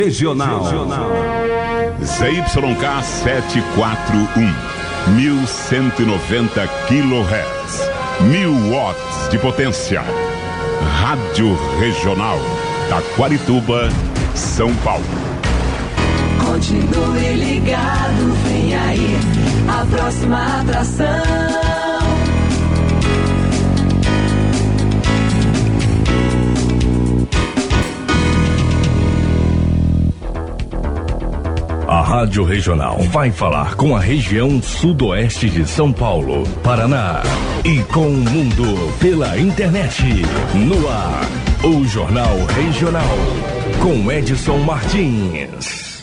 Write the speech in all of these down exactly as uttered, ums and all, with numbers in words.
Regional. Z Y K setecentos e quarenta e um, mil cento e noventa quilohertz, mil watts de potência. Rádio Regional, Taquarituba, São Paulo. Continue ligado, vem aí a próxima atração. A Rádio Regional vai falar com a região sudoeste de São Paulo, Paraná e com o mundo pela internet. No ar, o Jornal Regional, com Edson Martins.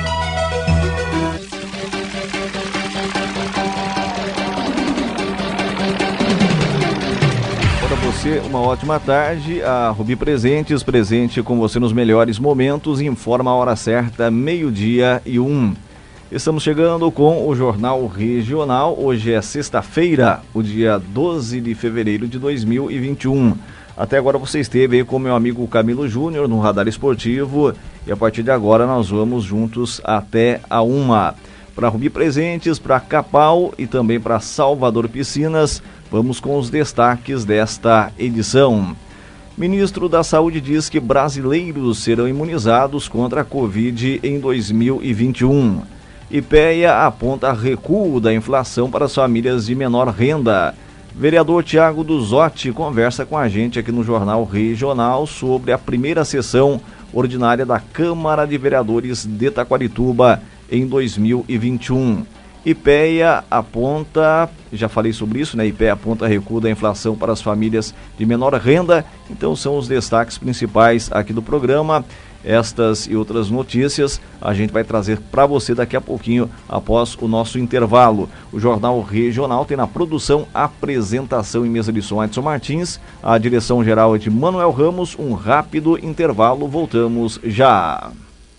Você, uma ótima tarde. A Rubi Presentes, presente com você nos melhores momentos, informa a hora certa, meio-dia e um. Estamos chegando com o Jornal Regional. Hoje é sexta-feira, o dia doze de fevereiro de dois mil e vinte e um. Até agora você esteve aí com meu amigo Camilo Júnior no Radar Esportivo e a partir de agora nós vamos juntos até a uma. Para Rubi Presentes, para Capal e também para Salvador Piscinas, vamos com os destaques desta edição. Ministro da Saúde diz que brasileiros serão imunizados contra a Covid em dois mil e vinte e um. IPEA aponta recuo da inflação para as famílias de menor renda. Vereador Tiago Duzotti conversa com a gente aqui no Jornal Regional sobre a primeira sessão ordinária da Câmara de Vereadores de Taquarituba em dois mil e vinte e um. IPEA aponta, já falei sobre isso, né? IPEA aponta recuo da inflação para as famílias de menor renda. Então são os destaques principais aqui do programa. Estas e outras notícias a gente vai trazer para você daqui a pouquinho, após o nosso intervalo. O Jornal Regional tem na produção, apresentação e mesa de som Edson Martins. A direção geral é de Manuel Ramos. Um rápido intervalo, voltamos já.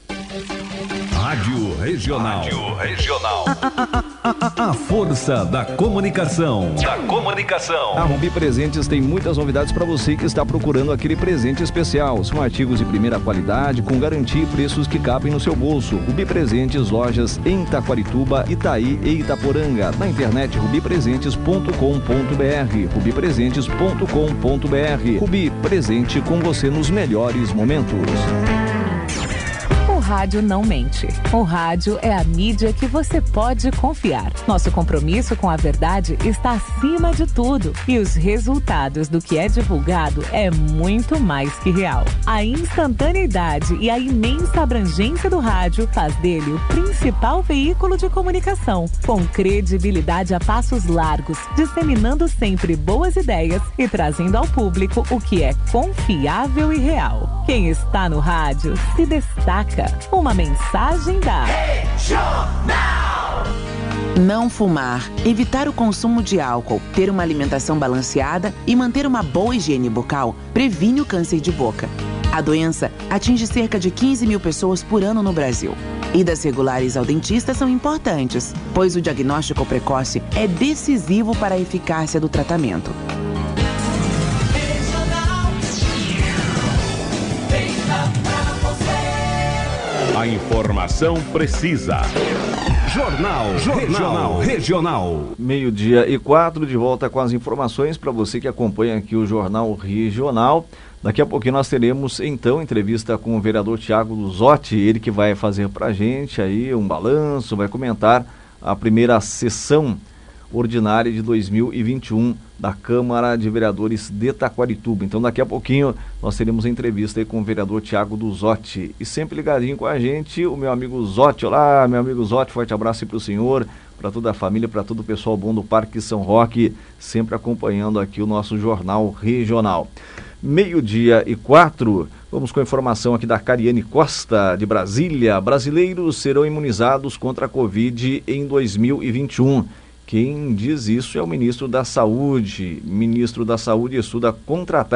Rádio Regional. Rádio Regional. A, a, a, a força da comunicação. Da comunicação. A Rubi Presentes tem muitas novidades para você que está procurando aquele presente especial. São artigos de primeira qualidade, com garantia e preços que cabem no seu bolso. Rubi Presentes, lojas em Taquarituba, Itaí e Itaporanga. Na internet rubi presentes ponto com ponto br. rubi presentes ponto com ponto br. Rubi, presente com você nos melhores momentos. O rádio não mente. O rádio é a mídia que você pode confiar. Nosso compromisso com a verdade está acima de tudo. E os resultados do que é divulgado é muito mais que real. A instantaneidade e a imensa abrangência do rádio faz dele o principal veículo de comunicação, com credibilidade a passos largos, disseminando sempre boas ideias e trazendo ao público o que é confiável e real. Quem está no rádio se destaca. Uma mensagem da Regional. Não fumar, evitar o consumo de álcool, ter uma alimentação balanceada e manter uma boa higiene bucal previne o câncer de boca. A doença atinge cerca de quinze mil pessoas por ano no Brasil. Idas regulares ao dentista são importantes, pois o diagnóstico precoce é decisivo para a eficácia do tratamento. A informação precisa. Jornal, Jornal Regional. Regional. Meio-dia e quatro, de volta com as informações para você que acompanha aqui o Jornal Regional. Daqui a pouquinho nós teremos, então, entrevista com o vereador Tiago Duzotti, ele que vai fazer para a gente aí um balanço, vai comentar a primeira sessão ordinária de dois mil e vinte e um da Câmara de Vereadores de Taquarituba. Então daqui a pouquinho nós teremos a entrevista aí com o vereador Tiago Duzotti. E sempre ligadinho com a gente, o meu amigo Zotti. Olá, meu amigo Zotti, forte abraço aí para o senhor, para toda a família, para todo o pessoal bom do Parque São Roque, sempre acompanhando aqui o nosso Jornal Regional. Meio-dia e quatro, vamos com a informação aqui da Cariane Costa, de Brasília. Brasileiros serão imunizados contra a Covid em dois mil e vinte e um. Quem diz isso é o ministro da Saúde. O ministro da Saúde estuda contratar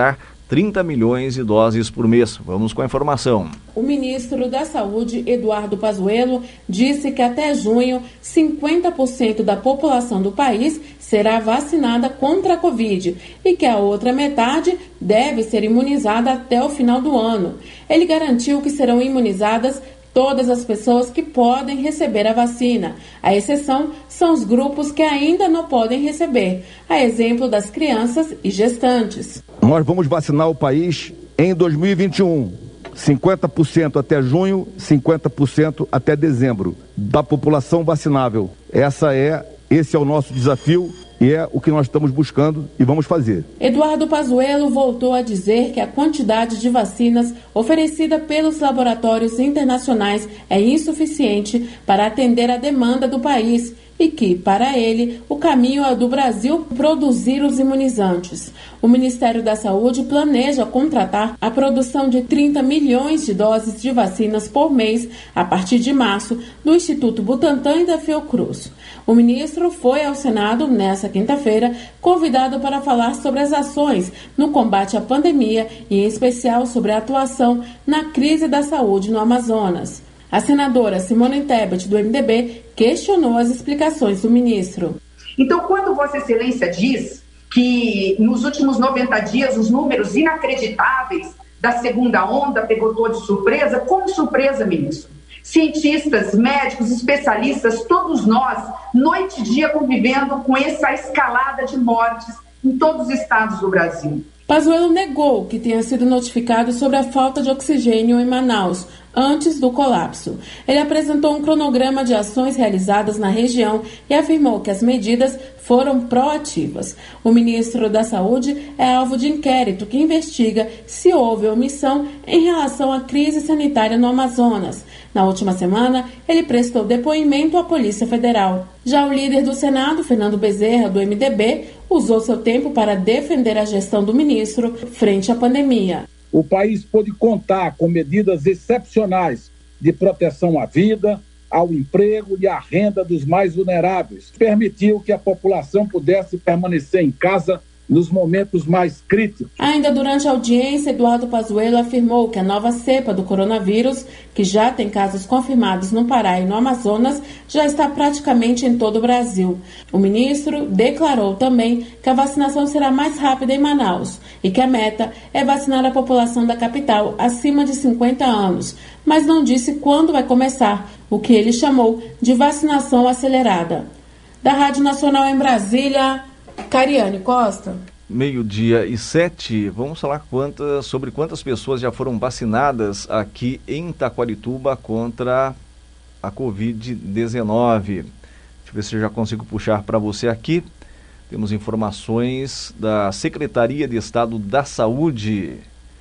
trinta milhões de doses por mês. Vamos com a informação. O ministro da Saúde, Eduardo Pazuello, disse que até junho, cinquenta por cento da população do país será vacinada contra a Covid e que a outra metade deve ser imunizada até o final do ano. Ele garantiu que serão imunizadas todas as pessoas que podem receber a vacina. A exceção são os grupos que ainda não podem receber, a exemplo das crianças e gestantes. Nós vamos vacinar o país em dois mil e vinte e um. cinquenta por cento até junho, cinquenta por cento até dezembro da população vacinável. Essa é, esse é o nosso desafio. E é o que nós estamos buscando e vamos fazer. Eduardo Pazuello voltou a dizer que a quantidade de vacinas oferecida pelos laboratórios internacionais é insuficiente para atender a demanda do país e que, para ele, o caminho é do Brasil produzir os imunizantes. O Ministério da Saúde planeja contratar a produção de trinta milhões de doses de vacinas por mês a partir de março do Instituto Butantan e da Fiocruz. O ministro foi ao Senado nesta quinta-feira, convidado para falar sobre as ações no combate à pandemia e, em especial, sobre a atuação na crise da saúde no Amazonas. A senadora Simone Tebet, do M D B, questionou as explicações do ministro. Então, quando Vossa Excelência diz que nos últimos noventa dias os números inacreditáveis da segunda onda pegou todo de surpresa, como surpresa, ministro? Cientistas, médicos, especialistas, todos nós, noite e dia convivendo com essa escalada de mortes em todos os estados do Brasil. Pazuello negou que tenha sido notificado sobre a falta de oxigênio em Manaus antes do colapso. Ele apresentou um cronograma de ações realizadas na região e afirmou que as medidas foram proativas. O ministro da Saúde é alvo de inquérito que investiga se houve omissão em relação à crise sanitária no Amazonas. Na última semana, ele prestou depoimento à Polícia Federal. Já o líder do Senado, Fernando Bezerra, do M D B, usou seu tempo para defender a gestão do ministro frente à pandemia. O país pôde contar com medidas excepcionais de proteção à vida, ao emprego e à renda dos mais vulneráveis. Permitiu que a população pudesse permanecer em casa nos momentos mais críticos. Ainda durante a audiência, Eduardo Pazuello afirmou que a nova cepa do coronavírus, que já tem casos confirmados no Pará e no Amazonas, já está praticamente em todo o Brasil. O ministro declarou também que a vacinação será mais rápida em Manaus e que a meta é vacinar a população da capital acima de cinquenta anos, mas não disse quando vai começar, o que ele chamou de vacinação acelerada. Da Rádio Nacional em Brasília, Cariane Costa. Meio-dia e sete, vamos falar quantas, sobre quantas pessoas já foram vacinadas aqui em Taquarituba contra a covid dezenove. Deixa eu ver se eu já consigo puxar para você aqui. Temos informações da Secretaria de Estado da Saúde.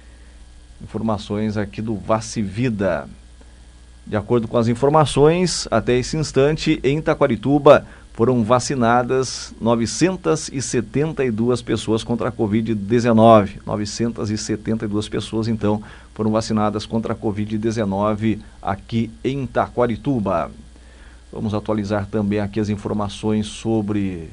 Informações aqui do Vacivida. De acordo com as informações, até esse instante, em Taquarituba, foram vacinadas novecentas e setenta e duas pessoas contra a covid dezenove. novecentas e setenta e duas pessoas, então, foram vacinadas contra a covid dezenove aqui em Taquarituba. Vamos atualizar também aqui as informações sobre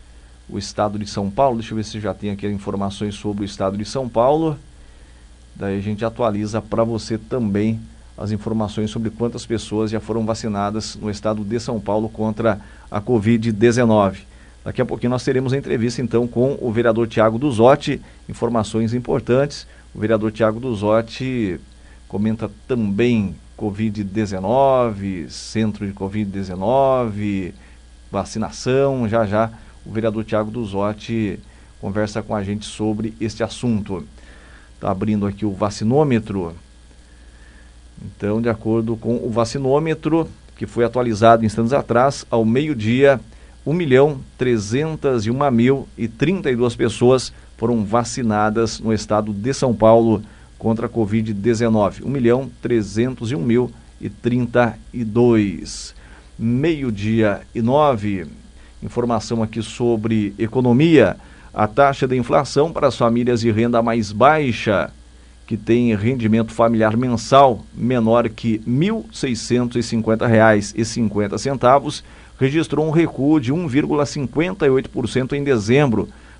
o estado de São Paulo. Deixa eu ver se já tem aqui as informações sobre o estado de São Paulo. Daí a gente atualiza para você também as informações sobre quantas pessoas já foram vacinadas no estado de São Paulo contra a covid dezenove. Daqui a pouquinho nós teremos a entrevista então com o vereador Tiago Duzotti, informações importantes. O vereador Tiago Duzotti comenta também covid dezenove, centro de covid dezenove, vacinação. Já já o vereador Tiago Duzotti conversa com a gente sobre este assunto. Está abrindo aqui o vacinômetro. Então, de acordo com o vacinômetro, que foi atualizado instantes atrás, ao meio-dia, um milhão trezentos e um mil e trinta e duas pessoas foram vacinadas no estado de São Paulo contra a covid dezenove. um milhão trezentos e um mil e trinta e dois. Meio-dia e nove. Informação aqui sobre economia. A taxa de inflação para as famílias de renda mais baixa, que tem rendimento familiar mensal menor que mil seiscentos e cinquenta reais e cinquenta centavos, registrou um recuo de um vírgula cinquenta e oito por cento em dezembro,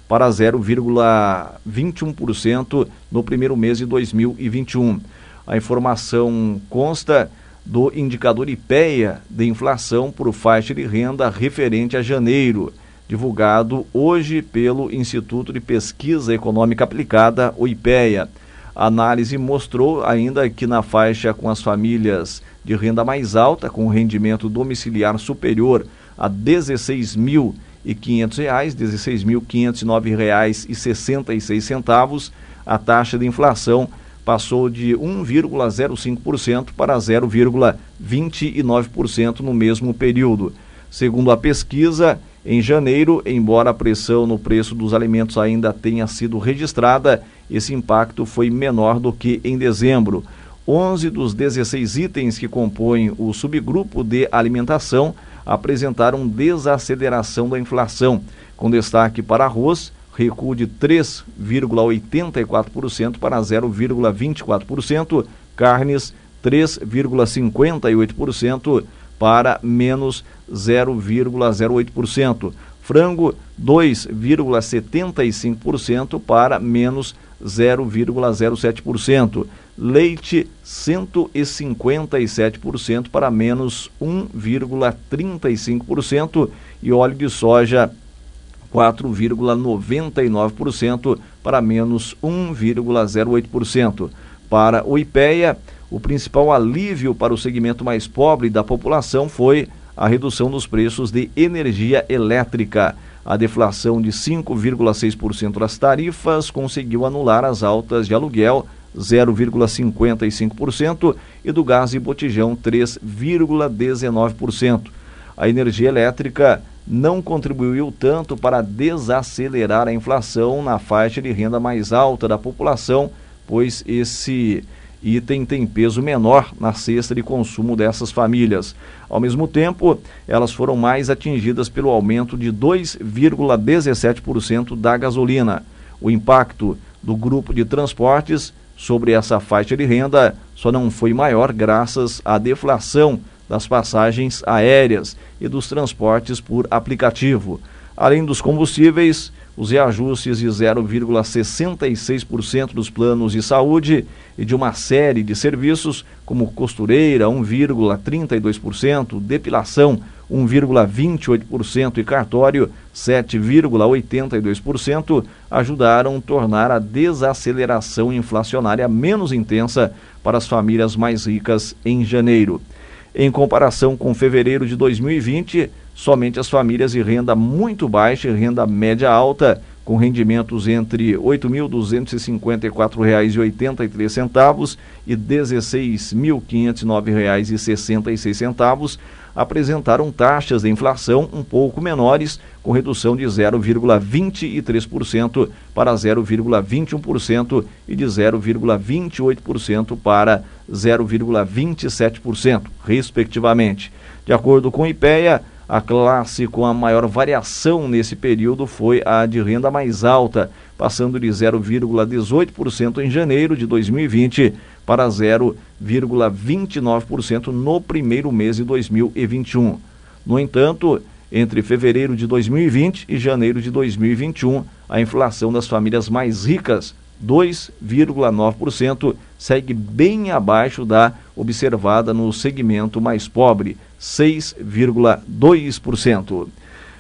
para zero vírgula vinte e um por cento no primeiro mês de dois mil e vinte e um. A informação consta do indicador IPEA de inflação por faixa de renda referente a janeiro, divulgado hoje pelo Instituto de Pesquisa Econômica Aplicada, o IPEA. A análise mostrou ainda que na faixa com as famílias de renda mais alta, com rendimento domiciliar superior a dezesseis mil e quinhentos reais, dezesseis mil quinhentos e nove reais e sessenta e seis centavos, a taxa de inflação passou de um vírgula zero cinco por cento para zero vírgula vinte e nove por cento no mesmo período. Segundo a pesquisa, em janeiro, embora a pressão no preço dos alimentos ainda tenha sido registrada, esse impacto foi menor do que em dezembro. onze dos dezesseis itens que compõem o subgrupo de alimentação apresentaram desaceleração da inflação, com destaque para arroz, recuo de três vírgula oitenta e quatro por cento para zero vírgula vinte e quatro por cento, carnes três vírgula cinquenta e oito por cento para menos zero vírgula zero oito por cento, frango dois vírgula setenta e cinco por cento para menos zero vírgula zero sete por cento, leite cento e cinquenta e sete por cento para menos um vírgula trinta e cinco por cento e óleo de soja quatro vírgula noventa e nove por cento para menos um vírgula zero oito por cento. Para o IPEA, o principal alívio para o segmento mais pobre da população foi a redução dos preços de energia elétrica. A deflação de cinco vírgula seis por cento das tarifas conseguiu anular as altas de aluguel zero vírgula cinquenta e cinco por cento e do gás de botijão três vírgula dezenove por cento. A energia elétrica não contribuiu tanto para desacelerar a inflação na faixa de renda mais alta da população, pois esse item tem peso menor na cesta de consumo dessas famílias. Ao mesmo tempo, elas foram mais atingidas pelo aumento de dois vírgula dezessete por cento da gasolina. O impacto do grupo de transportes sobre essa faixa de renda só não foi maior graças à deflação das passagens aéreas e dos transportes por aplicativo. Além dos combustíveis, os reajustes de zero vírgula sessenta e seis por cento dos planos de saúde e de uma série de serviços, como costureira, um vírgula trinta e dois por cento, depilação, um vírgula vinte e oito por cento e cartório, sete vírgula oitenta e dois por cento, ajudaram a tornar a desaceleração inflacionária menos intensa para as famílias mais ricas em janeiro. Em comparação com fevereiro de dois mil e vinte, somente as famílias de renda muito baixa e renda média alta, com rendimentos entre oito mil duzentos e cinquenta e quatro reais e oitenta e três centavos e dezesseis mil quinhentos e nove reais e sessenta e seis centavos, apresentaram taxas de inflação um pouco menores, com redução de zero vírgula vinte e três por cento para zero vírgula vinte e um por cento e de zero vírgula vinte e oito por cento para zero vírgula vinte e sete por cento, respectivamente. De acordo com o IPEA, a classe com a maior variação nesse período foi a de renda mais alta, passando de zero vírgula dezoito por cento em janeiro de dois mil e vinte para zero vírgula vinte e nove por cento no primeiro mês de dois mil e vinte e um. No entanto, entre fevereiro de dois mil e vinte e janeiro de dois mil e vinte e um, a inflação das famílias mais ricas, dois vírgula nove por cento, segue bem abaixo da observada no segmento mais pobre, seis vírgula dois por cento.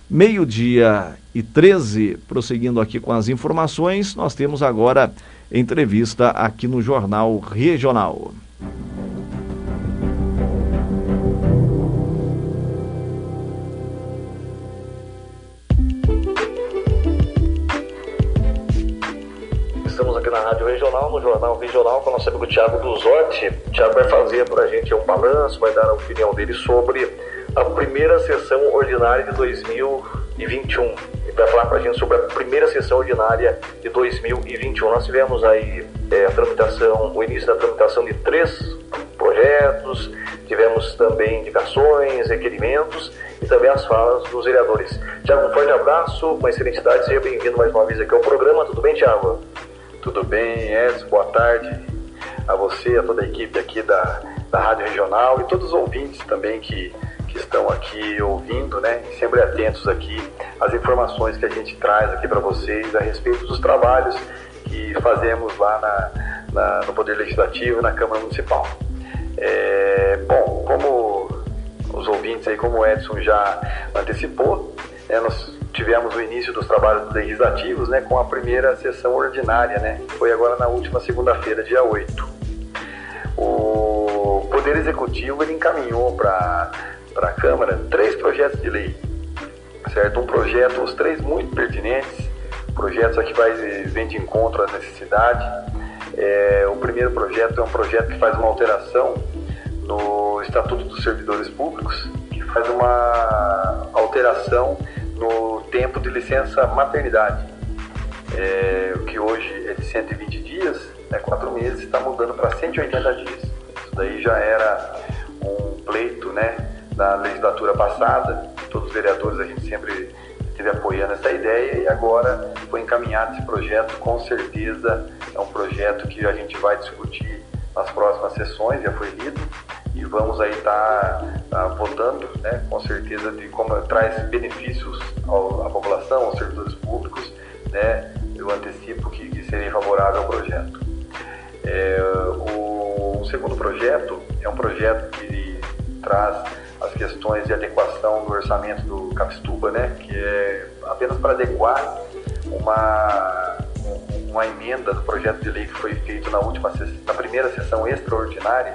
Meio-dia e treze, prosseguindo aqui com as informações, nós temos agora entrevista aqui no Jornal Regional. Estamos aqui na Rádio Regional, no Jornal Regional, com o nosso amigo Thiago Duzorti. O Thiago vai fazer para a gente um balanço, vai dar a opinião dele sobre a primeira sessão ordinária de dois mil e vinte e um. Ele vai falar para a gente sobre a primeira sessão ordinária de dois mil e vinte e um. Nós tivemos aí é, a tramitação, o início da tramitação de três projetos, tivemos também indicações, requerimentos e também as falas dos vereadores. Thiago, um forte abraço, uma excelente tarde, seja bem-vindo mais uma vez aqui ao programa. Tudo bem, Thiago? Tudo bem, Edson? Boa tarde a você, a toda a equipe aqui da da Rádio Regional e todos os ouvintes também que, que estão aqui ouvindo, né, e sempre atentos aqui às informações que a gente traz aqui para vocês a respeito dos trabalhos que fazemos lá na, na, no Poder Legislativo, na Câmara Municipal. É, bom, como os ouvintes aí, como o Edson já antecipou, né, nós tivemos o início dos trabalhos legislativos, né, com a primeira sessão ordinária, né, foi agora na última segunda-feira, dia oito. O Poder Executivo ele encaminhou para a Câmara três projetos de lei, certo? Um projeto, os três muito pertinentes, projetos aqui vai, vem de encontro à necessidade. É, o primeiro projeto é um projeto que faz uma alteração no Estatuto dos Servidores Públicos, que faz uma alteração no tempo de licença maternidade, é, o que hoje é de cento e vinte dias, né, quatro meses, está mudando para cento e oitenta dias. Isso daí já era um pleito, né, da legislatura passada, todos os vereadores a gente sempre esteve apoiando essa ideia e agora foi encaminhado esse projeto, com certeza é um projeto que a gente vai discutir nas próximas sessões, já foi lido, e vamos aí estar tá, tá votando, né, com certeza, de como traz benefícios ao, à população, aos servidores públicos, né, eu antecipo que, que serei favorável ao projeto. É, o, o segundo projeto é um projeto que traz as questões de adequação do orçamento do Capistuba, né, que é apenas para adequar uma, uma emenda do projeto de lei que foi feito na última na primeira sessão extraordinária,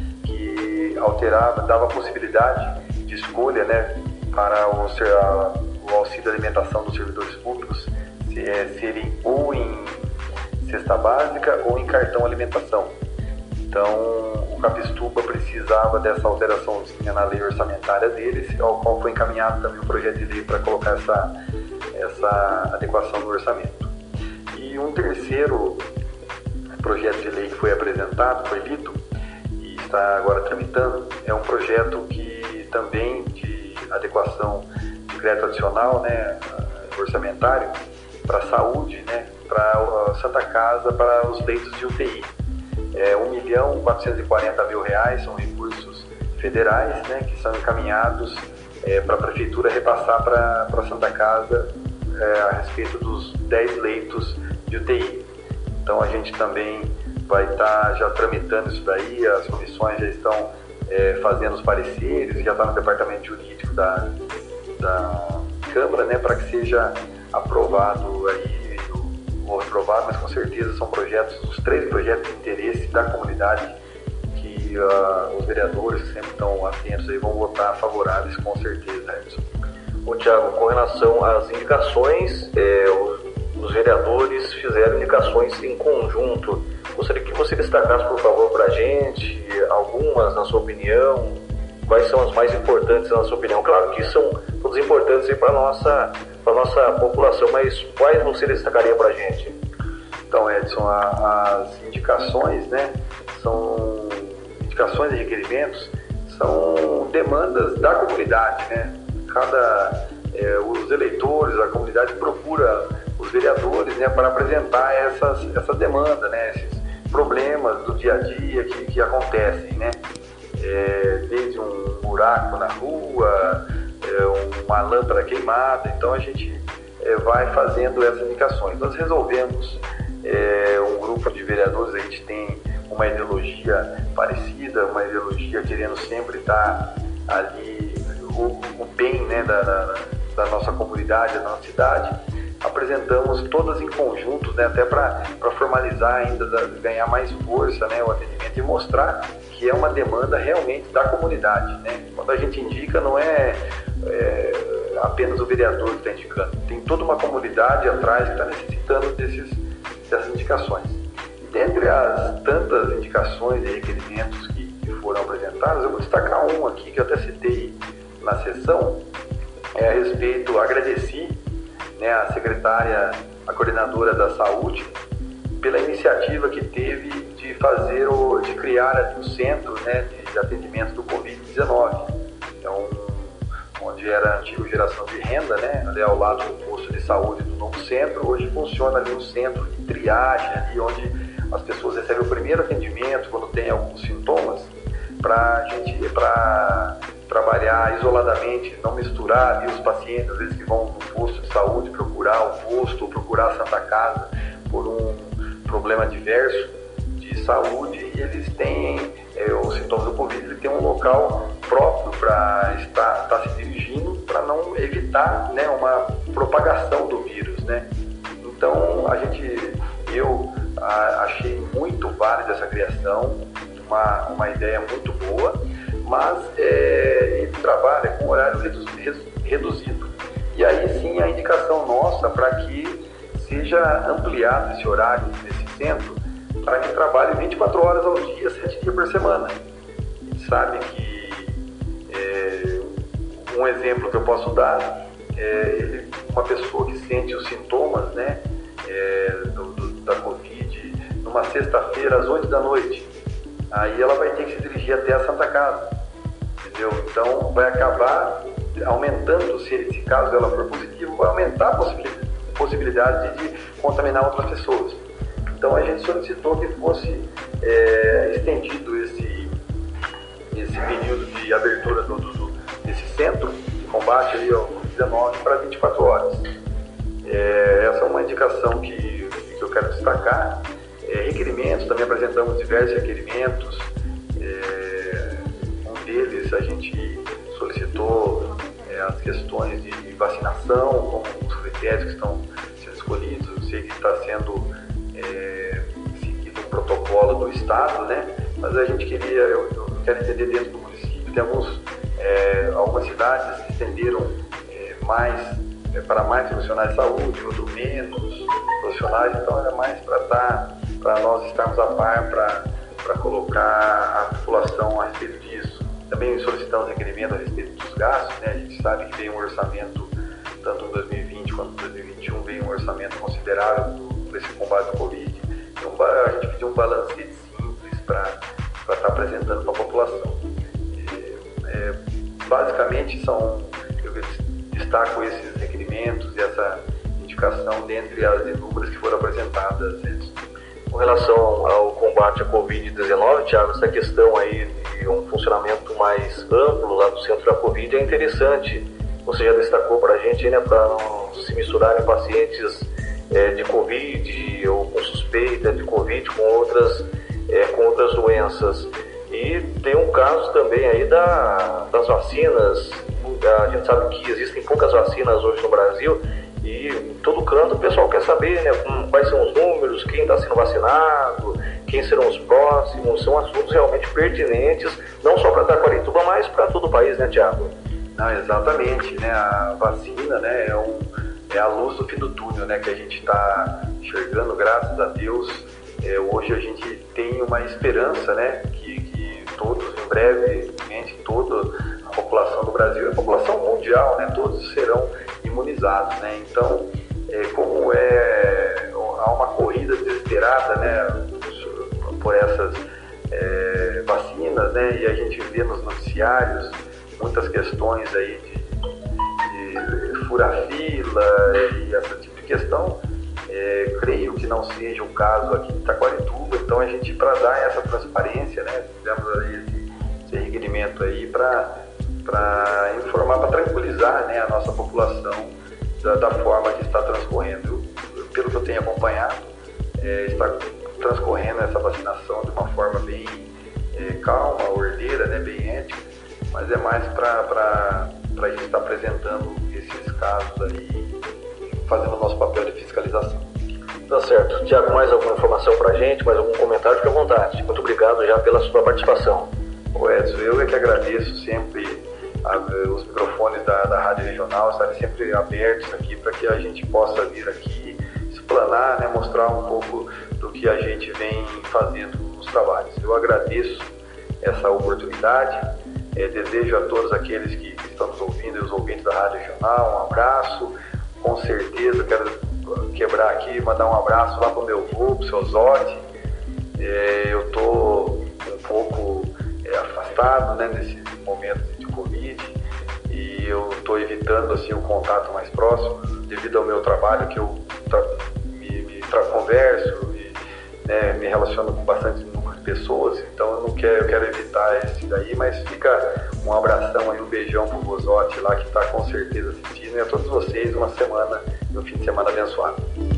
que alterava, dava a possibilidade de escolha, né, para o, a, o auxílio de alimentação dos servidores públicos se, é, serem ou em cesta básica ou em cartão alimentação. Então, o Capistuba precisava dessa alteraçãozinha na lei orçamentária deles, ao qual foi encaminhado também o projeto de lei para colocar essa, essa adequação no orçamento. E um terceiro projeto de lei que foi apresentado, foi lido e está agora tramitando, é um projeto que também de adequação de crédito adicional, né, orçamentário, para a saúde, né, para a Santa Casa, para os leitos de U T I. É, um milhão quatrocentos e quarenta mil reais são recursos federais, né, que são encaminhados é, para a Prefeitura repassar para a Santa Casa é, a respeito dos dez leitos de U T I. Então a gente também vai estar tá já tramitando isso daí, as comissões já estão é, fazendo os pareceres, já está no departamento jurídico da, da Câmara, né, para que seja aprovado aí, ou reprovado, mas com certeza são projetos, os três projetos de interesse da comunidade que uh, os vereadores que sempre estão atentos aí vão votar favoráveis, com certeza, Edson. Ô Tiago, com relação às indicações, é, os, os vereadores fizeram indicações em conjunto. Gostaria que você destacasse, por favor, para a gente algumas, na sua opinião, quais são as mais importantes na sua opinião. Claro que são todas importantes para a nossa, para nossa população, mas quais você destacaria para a gente? Então, Edson, a, as indicações, né, são indicações e requerimentos, são demandas da comunidade, né? Cada, é, os eleitores, a comunidade procura os vereadores, né, para apresentar essas, essa demanda, né, esses problemas do dia a dia que, que acontecem, né? É, desde um buraco na rua, é, uma lâmpada queimada, então a gente é, vai fazendo essas indicações. Nós resolvemos, é, um grupo de vereadores, a gente tem uma ideologia parecida, uma ideologia querendo sempre estar ali, o, o bem, né, da, da, da nossa comunidade, da nossa cidade. Apresentamos todas em conjunto, né, até para formalizar ainda, da, ganhar mais força, né, o atendimento e mostrar que é uma demanda realmente da comunidade, né? Quando a gente indica, não é, é apenas o vereador que está indicando, tem toda uma comunidade atrás que está necessitando desses, dessas indicações. E dentre as tantas indicações e requerimentos que, que foram apresentados, eu vou destacar um aqui que eu até citei na sessão, é a respeito, agradeci, né, a secretária, a coordenadora da saúde, pela iniciativa que teve de fazer, o, de criar ali o centro, né, de atendimento do covid dezenove. Então, onde era a antiga geração de renda, né, ali ao lado do posto de saúde do novo centro, hoje funciona ali um centro de triagem, ali onde as pessoas recebem o primeiro atendimento quando tem alguns sintomas, para a gente, para trabalhar isoladamente, não misturar ali os pacientes, às vezes que vão no posto de saúde procurar o posto ou procurar a Santa Casa por um problema diverso de saúde, e eles têm é, os sintomas do Covid, ele tem um local próprio para estar, estar se dirigindo, para não evitar, né, uma propagação do vírus, né? Então, a gente, eu a, achei muito válida essa criação, uma, uma ideia muito boa, mas é, ele trabalha com horário redu, reduzido. E aí sim a indicação nossa para que seja ampliado esse horário nesse centro, para que trabalhe vinte e quatro horas ao dia, sete dias por semana. A gente sabe que é, um exemplo que eu posso dar é uma pessoa que sente os sintomas, né, é, do, do, da Covid numa sexta-feira às oito da noite. Aí ela vai ter que se dirigir até a Santa Casa, entendeu? Então vai acabar aumentando, se, se caso ela for positivo, vai aumentar a possibilidade, possibilidade de, de contaminar outras pessoas. Então a gente solicitou que fosse é, estendido esse, esse período de abertura do, do, desse centro de combate ali ao covid dezenove para vinte e quatro horas. É, essa é uma indicação que, que eu quero destacar. É, requerimentos, também apresentamos diversos requerimentos. É, um deles a gente solicitou é, as questões de vacinação, como os critérios que estão sendo escolhidos. Eu sei que está sendo é, seguido um protocolo do Estado, né? Mas a gente queria, eu, eu quero entender dentro do município, tem alguns, é, algumas cidades que estenderam é, mais, é, para mais profissionais de saúde, outros menos profissionais, então era mais para estar, para nós estarmos a par, para colocar a população a respeito disso. Também solicitamos requerimento a respeito dos gastos, né? A gente sabe que veio um orçamento, tanto em dois mil e vinte quanto em dois mil e vinte e um, veio um orçamento considerável para esse combate ao Covid. Então, a gente pediu um balancete simples para estar apresentando para a população. É, é, basicamente, são, eu destaco esses requerimentos e essa indicação dentre as inúmeras que foram apresentadas. Com relação ao combate à covid dezenove, Thiago, essa questão aí de um funcionamento mais amplo lá do centro da Covid é interessante. Você já destacou para a gente, né, para não se misturarem pacientes é, de Covid ou com suspeita de Covid com outras, é, com outras doenças. E tem um caso também aí da, das vacinas. A gente sabe que existem poucas vacinas hoje no Brasil e em todo canto o pessoal quer saber, né, quais são os números, quem está sendo vacinado, quem serão os próximos. São assuntos realmente pertinentes, não só para Taquarituba, mas para todo o país, né, Thiago? Não, exatamente, né? A vacina, né, é, um, é a luz do fim do túnel, né, que a gente está enxergando, graças a Deus. É, hoje a gente tem uma esperança, né, que, que todos, em breve, toda a população do Brasil e a população mundial, né, todos serão imunizados, né? Então, é, como é, há uma corrida desesperada, né, por essas é, vacinas, né, e a gente vê nos noticiários muitas questões aí de, de furar-fila e esse tipo de questão, é, creio que não seja o caso aqui em Taquarituba. Então a gente, para dar essa transparência, né, fizemos aí esse, esse requerimento aí para para informar, para tranquilizar, né, a nossa população da, da forma que está transcorrendo. Eu, pelo que eu tenho acompanhado, é, está transcorrendo essa vacinação de uma forma bem é, calma, ordeira, né, bem ética, mas é mais para a gente estar apresentando esses casos aí, fazendo o nosso papel de fiscalização. Tá certo. Tiago, mais alguma informação para a gente, mais algum comentário? Fique à vontade. Muito obrigado já pela sua participação. Ô Edson, eu é que agradeço sempre a, os microfones da, da Rádio Regional estarem sempre abertos aqui para que a gente possa vir aqui explanar, né, mostrar um pouco do que a gente vem fazendo nos trabalhos. Eu agradeço essa oportunidade, é, desejo a todos aqueles que, que estão nos ouvindo e os ouvintes da Rádio Regional um abraço. Com certeza quero quebrar aqui, mandar um abraço lá para o meu avô, para o seu Zotti. É, eu estou um pouco é, afastado, né, nesse momento de Covid, e eu estou evitando assim, o contato mais próximo devido ao meu trabalho, que eu tra- me, me tra- converso e, né, me relaciono com bastante número pessoas, então eu não quero, eu quero evitar esse daí, mas fica um abração aí, um beijão pro Bozotti lá, que está com certeza assistindo, e a todos vocês uma semana, um fim de semana abençoado.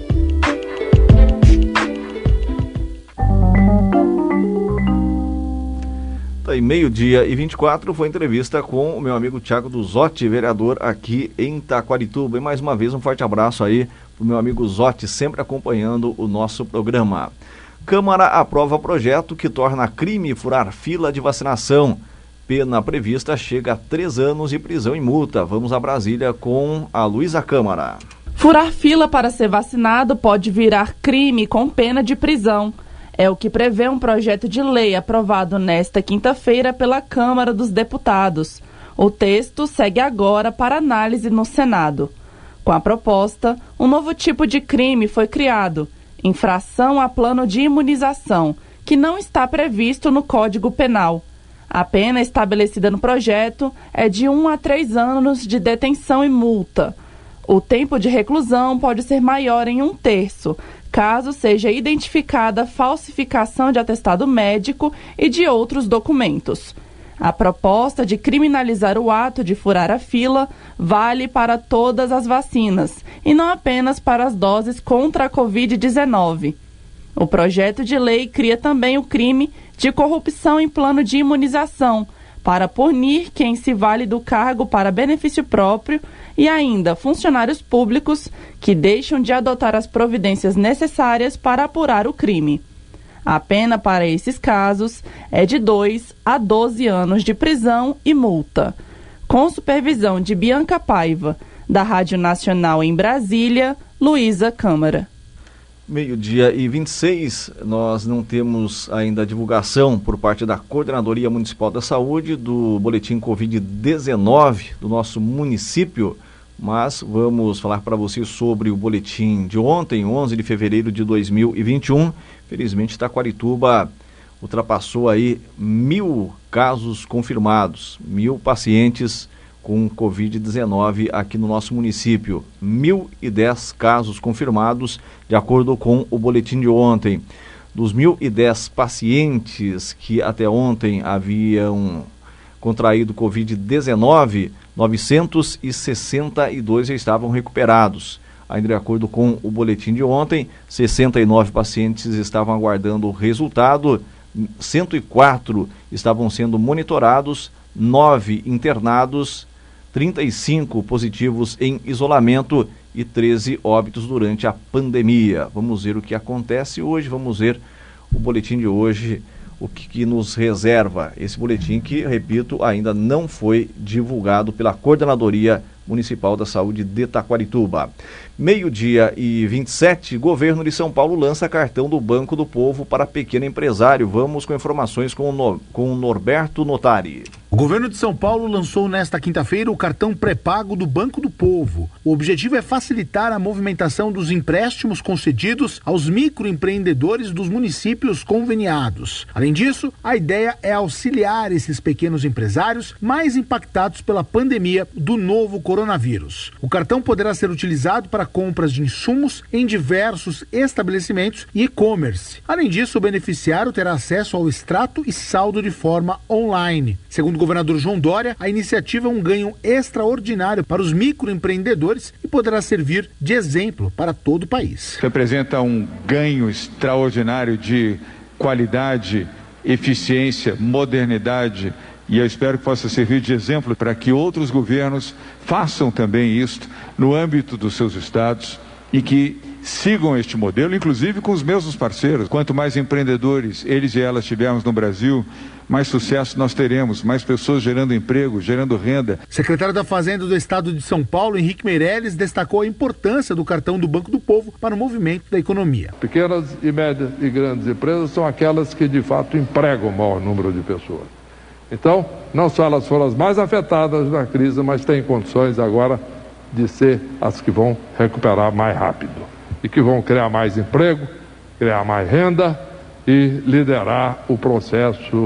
Tá aí, meio-dia e vinte e quatro, foi entrevista com o meu amigo Thiago do Zotti, vereador aqui em Taquarituba. E mais uma vez um forte abraço aí pro meu amigo Zotti, sempre acompanhando o nosso programa. Câmara aprova projeto que torna crime furar fila de vacinação. Pena prevista chega a três anos de prisão e multa. Vamos a Brasília com a Luísa Câmara. Furar fila para ser vacinado pode virar crime com pena de prisão. É o que prevê um projeto de lei aprovado nesta quinta-feira pela Câmara dos Deputados. O texto segue agora para análise no Senado. Com a proposta, um novo tipo de crime foi criado, infração a plano de imunização, que não está previsto no Código Penal. A pena estabelecida no projeto é de um a três anos de detenção e multa. O tempo de reclusão pode ser maior em um terço, caso seja identificada falsificação de atestado médico e de outros documentos. A proposta de criminalizar o ato de furar a fila vale para todas as vacinas e não apenas para as doses contra a covid dezenove. O projeto de lei cria também o crime de corrupção em plano de imunização, para punir quem se vale do cargo para benefício próprio e ainda funcionários públicos que deixam de adotar as providências necessárias para apurar o crime. A pena para esses casos é de dois a doze anos de prisão e multa. Com supervisão de Bianca Paiva, da Rádio Nacional em Brasília, Luísa Câmara. Meio-dia e vinte e seis, nós não temos ainda a divulgação por parte da Coordenadoria Municipal da Saúde do boletim covid dezenove do nosso município, mas vamos falar para você sobre o boletim de ontem, onze de fevereiro de dois mil e vinte e um. Felizmente, Taquarituba ultrapassou aí mil casos confirmados, mil pacientes com covid dezenove aqui no nosso município. mil e dez casos confirmados, de acordo com o boletim de ontem. Dos mil e dez pacientes que até ontem haviam contraído covid dezenove, novecentos e sessenta e dois já estavam recuperados. Ainda de acordo com o boletim de ontem, sessenta e nove pacientes estavam aguardando o resultado, cento e quatro estavam sendo monitorados, nove internados, trinta e cinco positivos em isolamento e treze óbitos durante a pandemia. Vamos ver o que acontece hoje, vamos ver o boletim de hoje, o que, que nos reserva. Esse boletim que, repito, ainda não foi divulgado pela Coordenadoria Municipal da Saúde de Taquarituba. Meio-dia e vinte e sete, governo de São Paulo lança cartão do Banco do Povo para pequeno empresário. Vamos com informações com o, no, com o Norberto Notari. O governo de São Paulo lançou nesta quinta-feira o cartão pré-pago do Banco do Povo. O objetivo é facilitar a movimentação dos empréstimos concedidos aos microempreendedores dos municípios conveniados. Além disso, a ideia é auxiliar esses pequenos empresários mais impactados pela pandemia do novo coronavírus. O cartão poderá ser utilizado para compras de insumos em diversos estabelecimentos e e-commerce. Além disso, o beneficiário terá acesso ao extrato e saldo de forma online. Segundo o governador João Dória, a iniciativa é um ganho extraordinário para os microempreendedores e poderá servir de exemplo para todo o país. Representa um ganho extraordinário de qualidade, eficiência, modernidade, e eu espero que possa servir de exemplo para que outros governos façam também isto no âmbito dos seus estados e que sigam este modelo, inclusive com os mesmos parceiros. Quanto mais empreendedores eles e elas tivermos no Brasil, mais sucesso nós teremos, mais pessoas gerando emprego, gerando renda. Secretário da Fazenda do Estado de São Paulo, Henrique Meirelles, destacou a importância do cartão do Banco do Povo para o movimento da economia. Pequenas e médias e grandes empresas são aquelas que de fato empregam o maior número de pessoas. Então, não só elas foram as mais afetadas na crise, mas têm condições agora de ser as que vão recuperar mais rápido e que vão criar mais emprego, criar mais renda e liderar o processo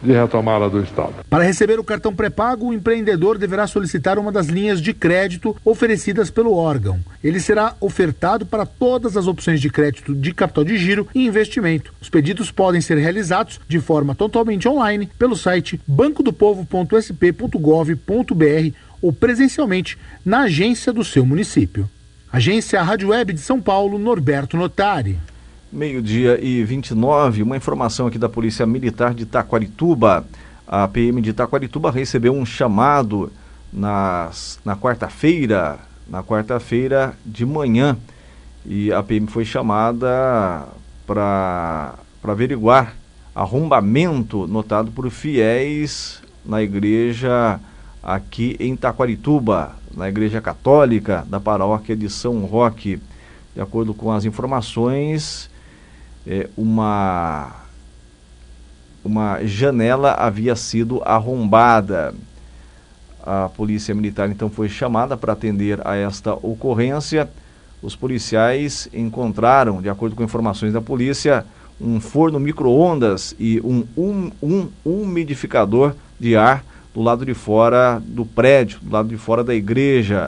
de retomada do Estado. Para receber o cartão pré-pago, o empreendedor deverá solicitar uma das linhas de crédito oferecidas pelo órgão. Ele será ofertado para todas as opções de crédito de capital de giro e investimento. Os pedidos podem ser realizados de forma totalmente online pelo site banco do povo ponto s p ponto gov ponto b r ou presencialmente na agência do seu município. Agência Rádio Web de São Paulo, Norberto Notari. Meio-dia e vinte e nove, uma informação aqui da Polícia Militar de Taquarituba. A P M de Taquarituba recebeu um chamado nas, na quarta-feira, na quarta-feira de manhã. E a P M foi chamada para para averiguar arrombamento notado por fiéis na igreja aqui em Taquarituba, na igreja católica da paróquia de São Roque. De acordo com as informações, é, uma, uma janela havia sido arrombada. A polícia militar então foi chamada para atender a esta ocorrência. Os policiais encontraram, de acordo com informações da polícia, um forno micro-ondas e um, um, um umidificador de ar do lado de fora do prédio, do lado de fora da igreja.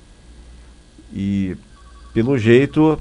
E, pelo jeito,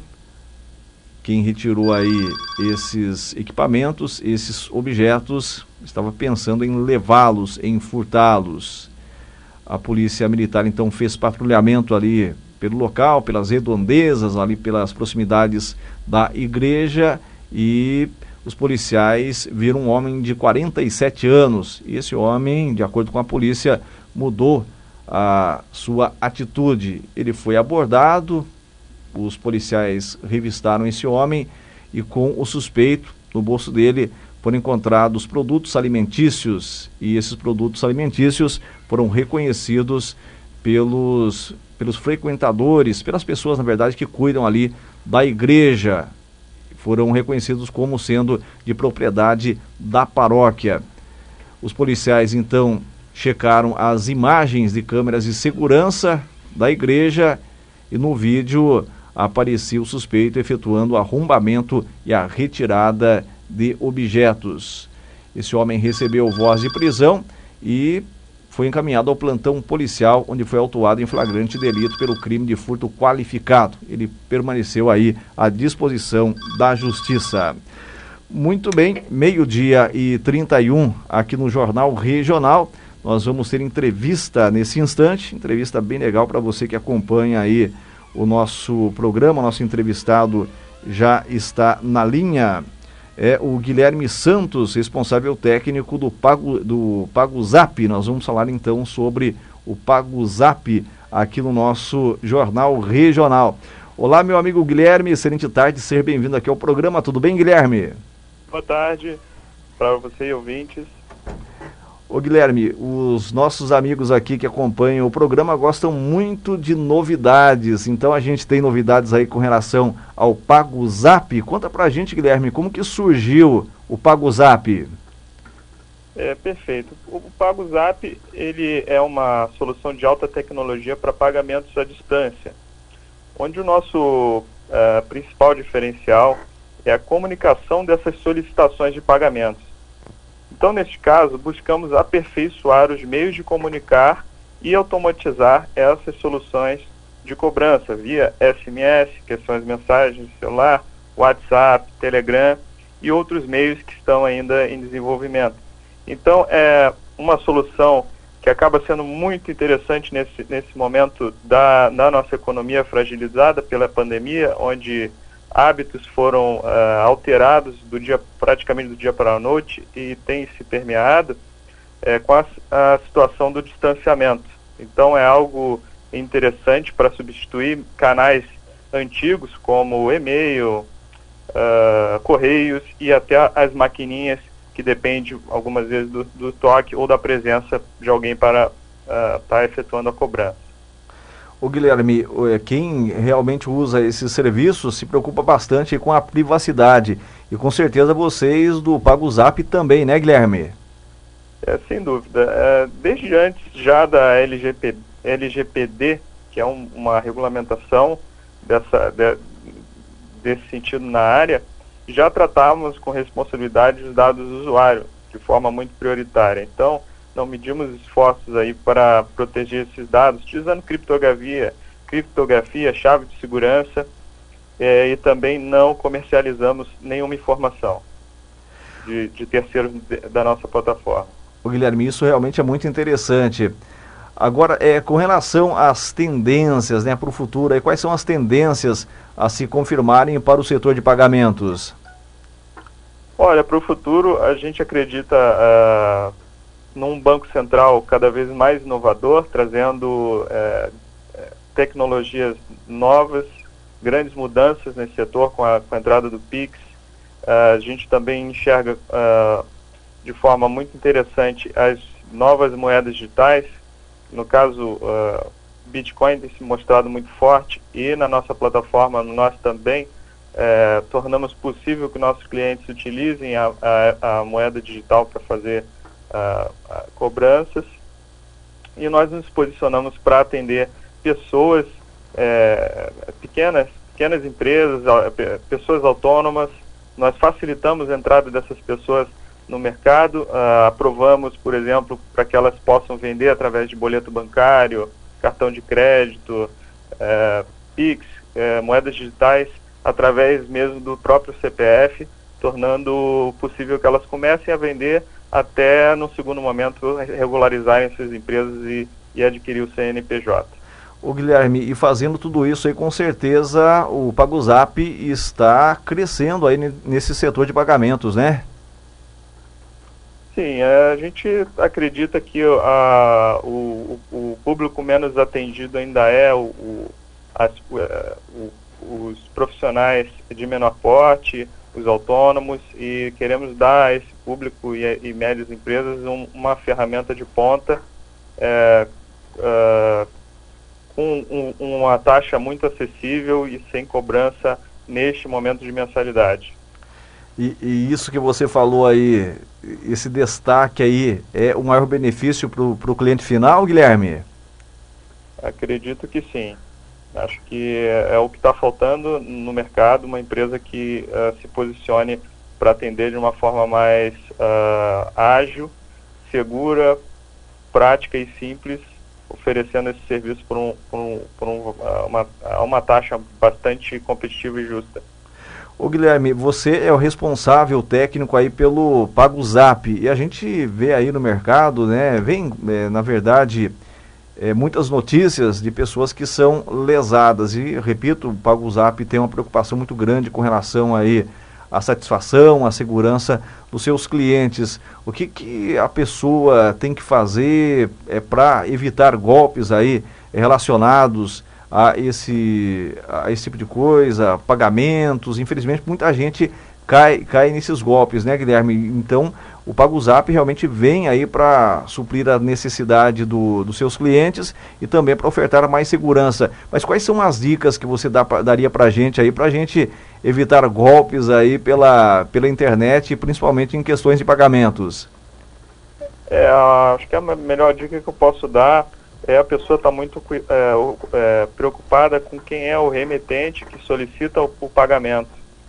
quem retirou aí esses equipamentos, esses objetos, estava pensando em levá-los, em furtá-los. A polícia militar então fez patrulhamento ali pelo local, pelas redondezas, ali pelas proximidades da igreja, e os policiais viram um homem de quarenta e sete anos. E esse homem, de acordo com a polícia, mudou a sua atitude. Ele foi abordado, os policiais revistaram esse homem e com o suspeito, no bolso dele, foram encontrados produtos alimentícios, e esses produtos alimentícios foram reconhecidos pelos, pelos frequentadores, pelas pessoas, na verdade, que cuidam ali da igreja. Foram reconhecidos como sendo de propriedade da paróquia. Os policiais, então, checaram as imagens de câmeras de segurança da igreja e no vídeo aparecia o suspeito efetuando o arrombamento e a retirada de objetos. Esse homem recebeu voz de prisão e foi encaminhado ao plantão policial, onde foi autuado em flagrante delito pelo crime de furto qualificado. Ele permaneceu aí à disposição da Justiça. Muito bem, meio-dia e trinta e um aqui no Jornal Regional. Nós vamos ter entrevista nesse instante, entrevista bem legal para você que acompanha aí o nosso programa. Nosso entrevistado já está na linha. É o Guilherme Santos, responsável técnico do Pago, do PagoZap. Nós vamos falar então sobre o PagoZap aqui no nosso Jornal Regional. Olá, meu amigo Guilherme, excelente tarde, seja bem-vindo aqui ao programa. Tudo bem, Guilherme? Boa tarde para você e ouvintes. Ô Guilherme, os nossos amigos aqui que acompanham o programa gostam muito de novidades, então a gente tem novidades aí com relação ao PagoZap. Conta pra gente, Guilherme, como que surgiu o PagoZap? É, perfeito. O PagoZap, ele é uma solução de alta tecnologia para pagamentos à distância, onde o nosso uh, principal diferencial é a comunicação dessas solicitações de pagamentos. Então, neste caso, buscamos aperfeiçoar os meios de comunicar e automatizar essas soluções de cobrança via S M S, que são as mensagens de celular, WhatsApp, Telegram e outros meios que estão ainda em desenvolvimento. Então, é uma solução que acaba sendo muito interessante nesse, nesse momento da, da nossa economia fragilizada pela pandemia, onde hábitos foram uh, alterados do dia, praticamente do dia para a noite e tem se permeado uh, com a, a situação do distanciamento. Então é algo interessante para substituir canais antigos como o e-mail, uh, correios e até as maquininhas que dependem algumas vezes do, do toque ou da presença de alguém para estar uh, tá efetuando a cobrança. O Guilherme, quem realmente usa esses serviços se preocupa bastante com a privacidade. E com certeza vocês do PagoZap também, né, Guilherme? É, sem dúvida. É, desde antes já da L G P, L G P D, que é um, uma regulamentação dessa, de, desse sentido na área, já tratávamos com responsabilidade os dados do usuário, de forma muito prioritária. Então, não medimos esforços aí para proteger esses dados, utilizando criptografia, criptografia, chave de segurança, é, e também não comercializamos nenhuma informação de, de terceiros de, da nossa plataforma. O Guilherme, isso realmente é muito interessante. Agora, é, com relação às tendências, né, para o futuro, aí, quais são as tendências a se confirmarem para o setor de pagamentos? Olha, para o futuro, a gente acredita uh, num banco central cada vez mais inovador, trazendo uh, tecnologias novas, grandes mudanças nesse setor com a, com a entrada do Pix. Uh, a gente também enxerga uh, de forma muito interessante as novas moedas digitais. No caso, uh, Bitcoin tem se mostrado muito forte e na nossa plataforma, nós também uh, tornamos possível que nossos clientes utilizem a, a, a moeda digital para fazer uh, uh, cobranças. E nós nos posicionamos para atender pessoas, uh, pequenas, pequenas empresas, uh, pessoas autônomas. Nós facilitamos a entrada dessas pessoas no mercado, uh, aprovamos, por exemplo, para que elas possam vender através de boleto bancário, cartão de crédito, uh, Pix, uh, moedas digitais, através mesmo do próprio C P F, tornando possível que elas comecem a vender até, no segundo momento, regularizarem suas empresas e, e adquirir o C N P J. O Guilherme, e fazendo tudo isso aí, com certeza o PagoZap está crescendo aí nesse setor de pagamentos, né? Sim, a gente acredita que a, o, o público menos atendido ainda é o, o, as, o, os profissionais de menor porte, os autônomos, e queremos dar a esse público e, e médias empresas um, uma ferramenta de ponta é, é, com um, uma taxa muito acessível e sem cobrança neste momento de mensalidade. E, e isso que você falou aí, esse destaque aí, é o maior benefício para o cliente final, Guilherme? Acredito que sim. Acho que é, é o que está faltando no mercado, uma empresa que uh, se posicione para atender de uma forma mais uh, ágil, segura, prática e simples, oferecendo esse serviço por, um, por, um, por um, uh, uma, uma taxa bastante competitiva e justa. Ô Guilherme, você é o responsável técnico aí pelo PagoZap, e a gente vê aí no mercado, né, vem, é, na verdade, é, muitas notícias de pessoas que são lesadas, e, repito, o PagoZap tem uma preocupação muito grande com relação aí à satisfação, à segurança dos seus clientes. O que, que a pessoa tem que fazer é, para evitar golpes aí relacionados a esse, a esse tipo de coisa, pagamentos? Infelizmente muita gente cai, cai nesses golpes, né, Guilherme? Então o PagoZap realmente vem aí para suprir a necessidade do, dos seus clientes e também para ofertar mais segurança. Mas quais são as dicas que você dá, daria para a gente aí, para a gente evitar golpes aí pela, pela internet, principalmente em questões de pagamentos? É, acho que a melhor dica que eu posso dar é a pessoa estar tá muito é, é, preocupada com quem é o remetente que solicita o, o pagamento.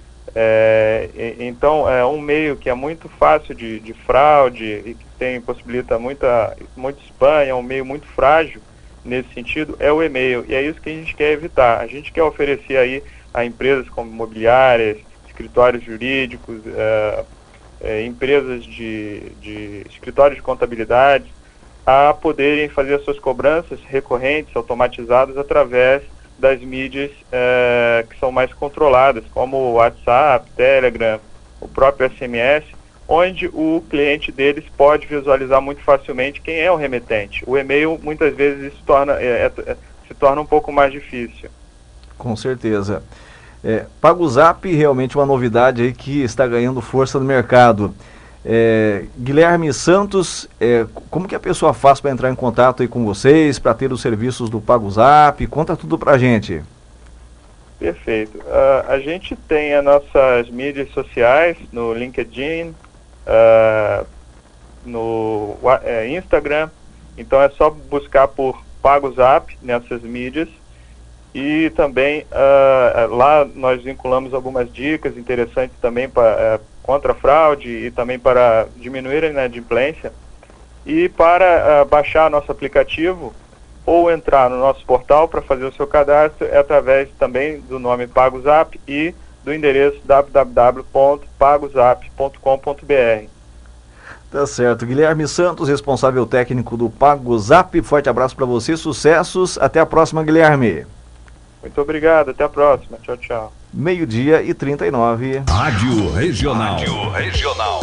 É, e, então, é um meio que é muito fácil de, de fraude e que tem, possibilita muita, muito spam, é um meio muito frágil nesse sentido, é o e-mail. E é isso que a gente quer evitar. A gente quer oferecer aí a empresas como imobiliárias, escritórios jurídicos, é, é, empresas de, de escritórios de contabilidade, a poderem fazer as suas cobranças recorrentes, automatizadas, através das mídias eh, que são mais controladas, como o WhatsApp, Telegram, o próprio S M S, onde o cliente deles pode visualizar muito facilmente quem é o remetente. O e-mail, muitas vezes, se torna, é, é, se torna um pouco mais difícil. Com certeza. É, PagoZap realmente uma novidade aí que está ganhando força no mercado. É, Guilherme Santos, é, como que a pessoa faz para entrar em contato aí com vocês, para ter os serviços do PagoZap? Conta tudo pra gente. Perfeito. Uh, a gente tem as nossas mídias sociais no LinkedIn, uh, no uh, Instagram, então é só buscar por PagoZap nessas mídias. E também uh, lá nós vinculamos algumas dicas interessantes também para uh, contra a fraude e também para diminuir a inadimplência. E para uh, baixar nosso aplicativo ou entrar no nosso portal para fazer o seu cadastro é através também do nome PagoZap e do endereço w w w ponto pagozap ponto com ponto b r. Tá certo. Guilherme Santos, responsável técnico do PagoZap. Forte abraço para você, sucessos. Até a próxima, Guilherme. Muito obrigado, até a próxima. Tchau, tchau. Meio-dia e trinta e nove. Rádio Regional. Rádio Regional.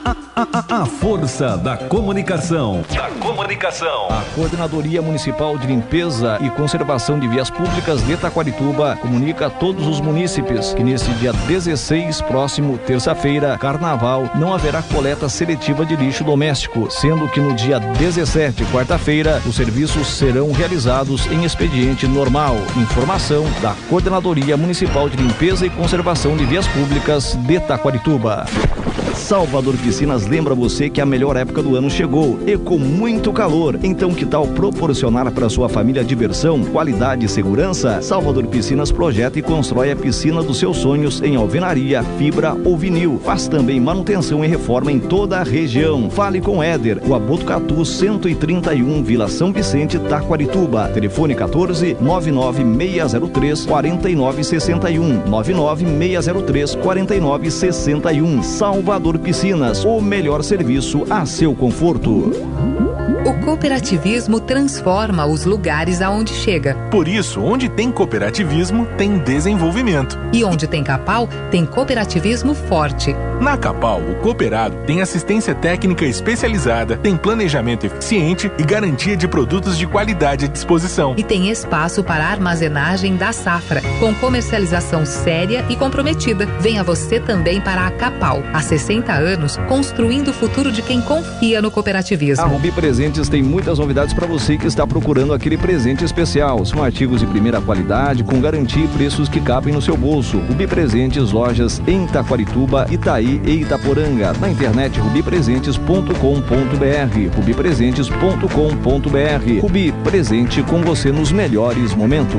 A força da comunicação. Da comunicação. A Coordenadoria Municipal de Limpeza e Conservação de Vias Públicas de Taquarituba comunica a todos os munícipes que nesse dia dezesseis, próximo, terça-feira, carnaval, não haverá coleta seletiva de lixo doméstico, sendo que no dia dezessete, quarta-feira, os serviços serão realizados em expediente normal. Informação da Coordenadoria Municipal de Limpeza e Conservação de Vias Públicas de Taquarituba. Salvador Piscinas lembra você que a melhor época do ano chegou e com muito calor. Então que tal proporcionar para sua família diversão, qualidade e segurança? Salvador Piscinas projeta e constrói a piscina dos seus sonhos em alvenaria, fibra ou vinil. Faz também manutenção e reforma em toda a região. Fale com Éder, Rua Botucatu cento e trinta e um, Vila São Vicente, Taquarituba. Telefone quatorze, nove nove seis zero três, quatro nove seis um, nove nove seis zero três, quatro nove seis um. Salvador Piscinas, o melhor serviço a seu conforto. O cooperativismo transforma os lugares aonde chega. Por isso, onde tem cooperativismo, tem desenvolvimento. E onde tem Capal, tem cooperativismo forte. Na Capal, o cooperado tem assistência técnica especializada, tem planejamento eficiente e garantia de produtos de qualidade à disposição. E tem espaço para armazenagem da safra, com comercialização séria e comprometida. Venha você também para a Capal. Há sessenta anos, construindo o futuro de quem confia no cooperativismo. A Rubi Presentes tem muitas novidades para você que está procurando aquele presente especial. São artigos de primeira qualidade, com garantia e preços que cabem no seu bolso. Rubi Presentes, lojas em Taquarituba, Itaí e Itaporanga. Na internet rubi presentes ponto com ponto b r. rubi presentes ponto com ponto b r. Rubi, presente com você nos melhores momentos.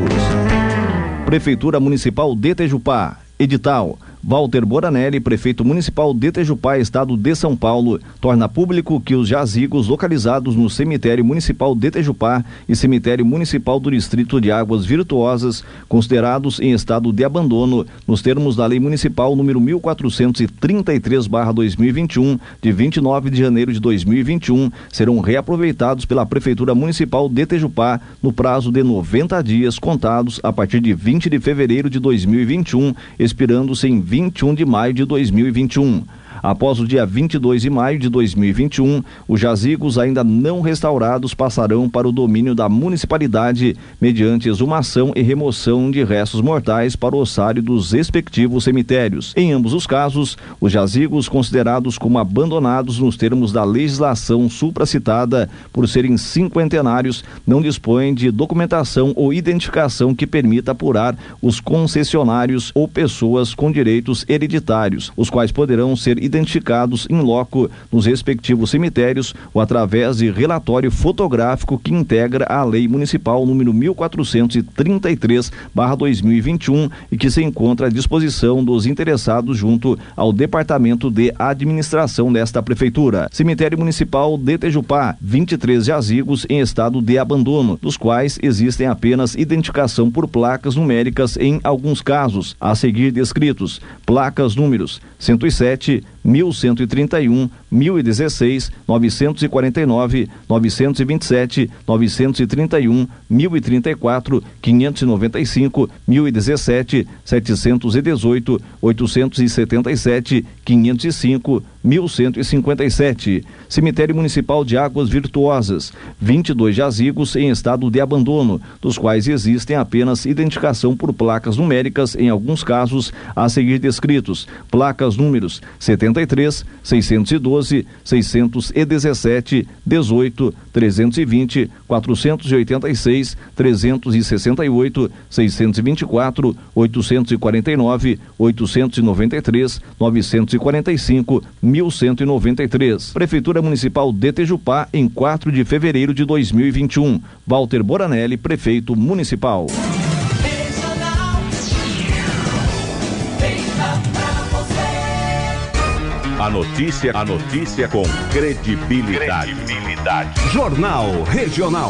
Prefeitura Municipal de Tejupá. Edital. Walter Boranelli, prefeito municipal de Tejupá, estado de São Paulo, torna público que os jazigos localizados no cemitério municipal de Tejupá e cemitério municipal do distrito de Águas Virtuosas, considerados em estado de abandono, nos termos da lei municipal número mil quatrocentos e trinta e três barra dois mil e vinte e um, de vinte e nove de janeiro de dois mil e vinte e um, serão reaproveitados pela prefeitura municipal de Tejupá no prazo de noventa dias contados a partir de vinte de fevereiro de dois mil e vinte e um, expirando-se em vinte e um de maio de dois mil e vinte e um. Após o dia vinte e dois de maio de dois mil e vinte e um, os jazigos ainda não restaurados passarão para o domínio da municipalidade mediante exumação e remoção de restos mortais para o ossário dos respectivos cemitérios. Em ambos os casos, os jazigos considerados como abandonados nos termos da legislação supracitada por serem cinquentenários não dispõem de documentação ou identificação que permita apurar os concessionários ou pessoas com direitos hereditários, os quais poderão ser identificados in loco nos respectivos cemitérios ou através de relatório fotográfico que integra a Lei Municipal número mil quatrocentos e trinta e três barra dois mil e vinte e um e que se encontra à disposição dos interessados junto ao Departamento de Administração desta Prefeitura. Cemitério Municipal de Tejupá, vinte e três jazigos em estado de abandono, dos quais existem apenas identificação por placas numéricas em alguns casos, a seguir descritos: placas números cento e sete, mil cento e trinta e um, mil e dezesseis, novecentos e quarenta e nove, novecentos e vinte e sete, novecentos e trinta e um, mil e trinta e quatro, quinhentos e noventa e cinco, mil e dezessete, setecentos e dezoito, oitocentos e setenta e sete, quinhentos e cinco, mil cento e cinquenta e sete. Cemitério Municipal de Águas Virtuosas, vinte e dois jazigos em estado de abandono, dos quais existem apenas identificação por placas numéricas em alguns casos, a seguir descritos: placas números setenta e três, seiscentos e doze, seiscentos e dezessete, dezoito, trezentos e vinte, quatrocentos e oitenta e seis, trezentos e sessenta e oito, seiscentos e vinte e quatro, oitocentos e quarenta e nove, oitocentos e noventa e três, novecentos e quarenta e cinco, mil cento e noventa e três. Prefeitura Municipal de Tejupá, em quatro de fevereiro de dois mil e vinte e um. Walter Boranelli, prefeito municipal. A notícia, a notícia com credibilidade. credibilidade. Jornal Regional.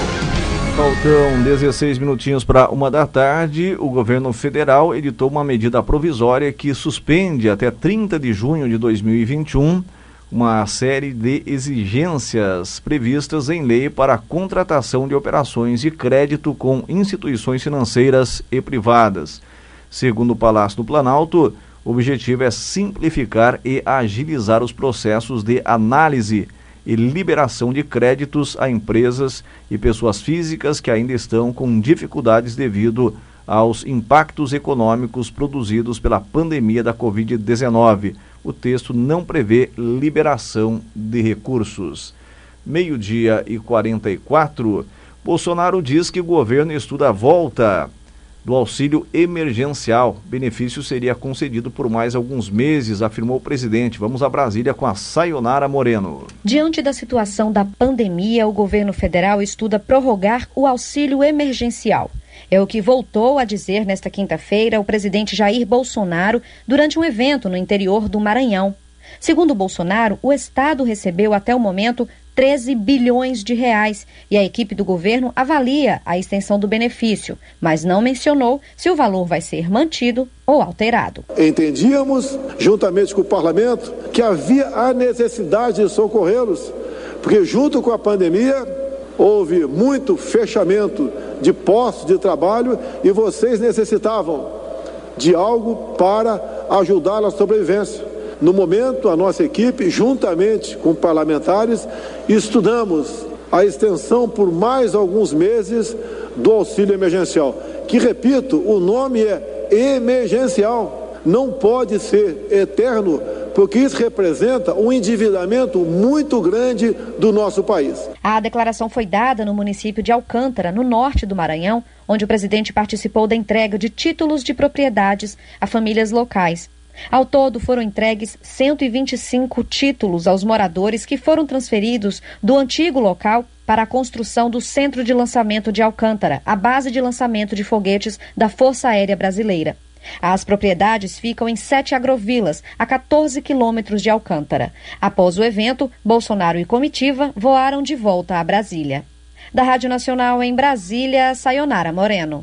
Faltam dezesseis minutinhos para uma da tarde. O governo federal editou uma medida provisória que suspende até trinta de junho de dois mil e vinte e um uma série de exigências previstas em lei para a contratação de operações de crédito com instituições financeiras e privadas. Segundo o Palácio do Planalto, o objetivo é simplificar e agilizar os processos de análise e liberação de créditos a empresas e pessoas físicas que ainda estão com dificuldades devido aos impactos econômicos produzidos pela pandemia da covid dezenove. O texto não prevê liberação de recursos. Meio-dia e quarenta e quatro, Bolsonaro diz que o governo estuda a volta do auxílio emergencial. O benefício seria concedido por mais alguns meses, afirmou o presidente. Vamos a Brasília com a Sayonara Moreno. Diante da situação da pandemia, o governo federal estuda prorrogar o auxílio emergencial. É o que voltou a dizer nesta quinta-feira o presidente Jair Bolsonaro durante um evento no interior do Maranhão. Segundo Bolsonaro, o Estado recebeu até o momento treze bilhões de reais e a equipe do governo avalia a extensão do benefício, mas não mencionou se o valor vai ser mantido ou alterado. Entendíamos, juntamente com o parlamento, que havia a necessidade de socorrê-los, porque junto com a pandemia houve muito fechamento de postos de trabalho e vocês necessitavam de algo para ajudar na sobrevivência. No momento, a nossa equipe, juntamente com parlamentares, estudamos a extensão por mais alguns meses do auxílio emergencial, que, repito, o nome é emergencial, não pode ser eterno, porque isso representa um endividamento muito grande do nosso país. A declaração foi dada no município de Alcântara, no norte do Maranhão, onde o presidente participou da entrega de títulos de propriedades a famílias locais. Ao todo, foram entregues cento e vinte e cinco títulos aos moradores que foram transferidos do antigo local para a construção do Centro de Lançamento de Alcântara, a base de lançamento de foguetes da Força Aérea Brasileira. As propriedades ficam em sete agrovilas, a quatorze quilômetros de Alcântara. Após o evento, Bolsonaro e comitiva voaram de volta a Brasília. Da Rádio Nacional em Brasília, Sayonara Moreno.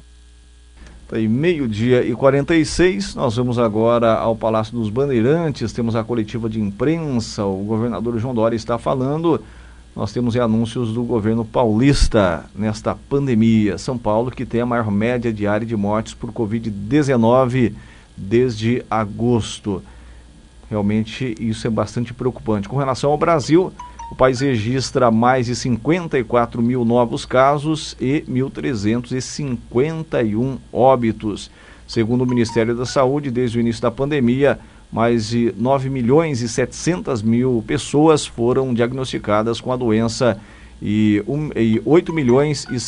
Aí, meio-dia e quarenta e seis, nós vamos agora ao Palácio dos Bandeirantes, temos a coletiva de imprensa, o governador João Dória está falando, nós temos anúncios do governo paulista nesta pandemia. São Paulo, que tem a maior média diária de mortes por covid dezenove desde agosto. Realmente isso é bastante preocupante. Com relação ao Brasil, o país registra mais de cinquenta e quatro mil novos casos e mil trezentos e cinquenta e um óbitos. Segundo o Ministério da Saúde, desde o início da pandemia, mais de nove milhões e setecentas mil pessoas foram diagnosticadas com a doença e, um, e oito milhões e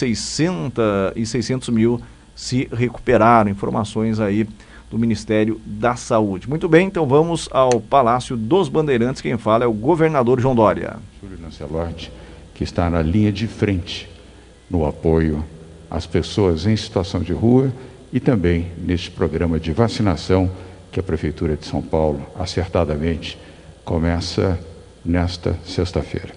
seiscentos mil se recuperaram. Informações aí do Ministério da Saúde. Muito bem, então vamos ao Palácio dos Bandeirantes. Quem fala é o governador João Dória. Júlio Lancelotti, que está na linha de frente no apoio às pessoas em situação de rua e também neste programa de vacinação que a Prefeitura de São Paulo, acertadamente, começa nesta sexta-feira.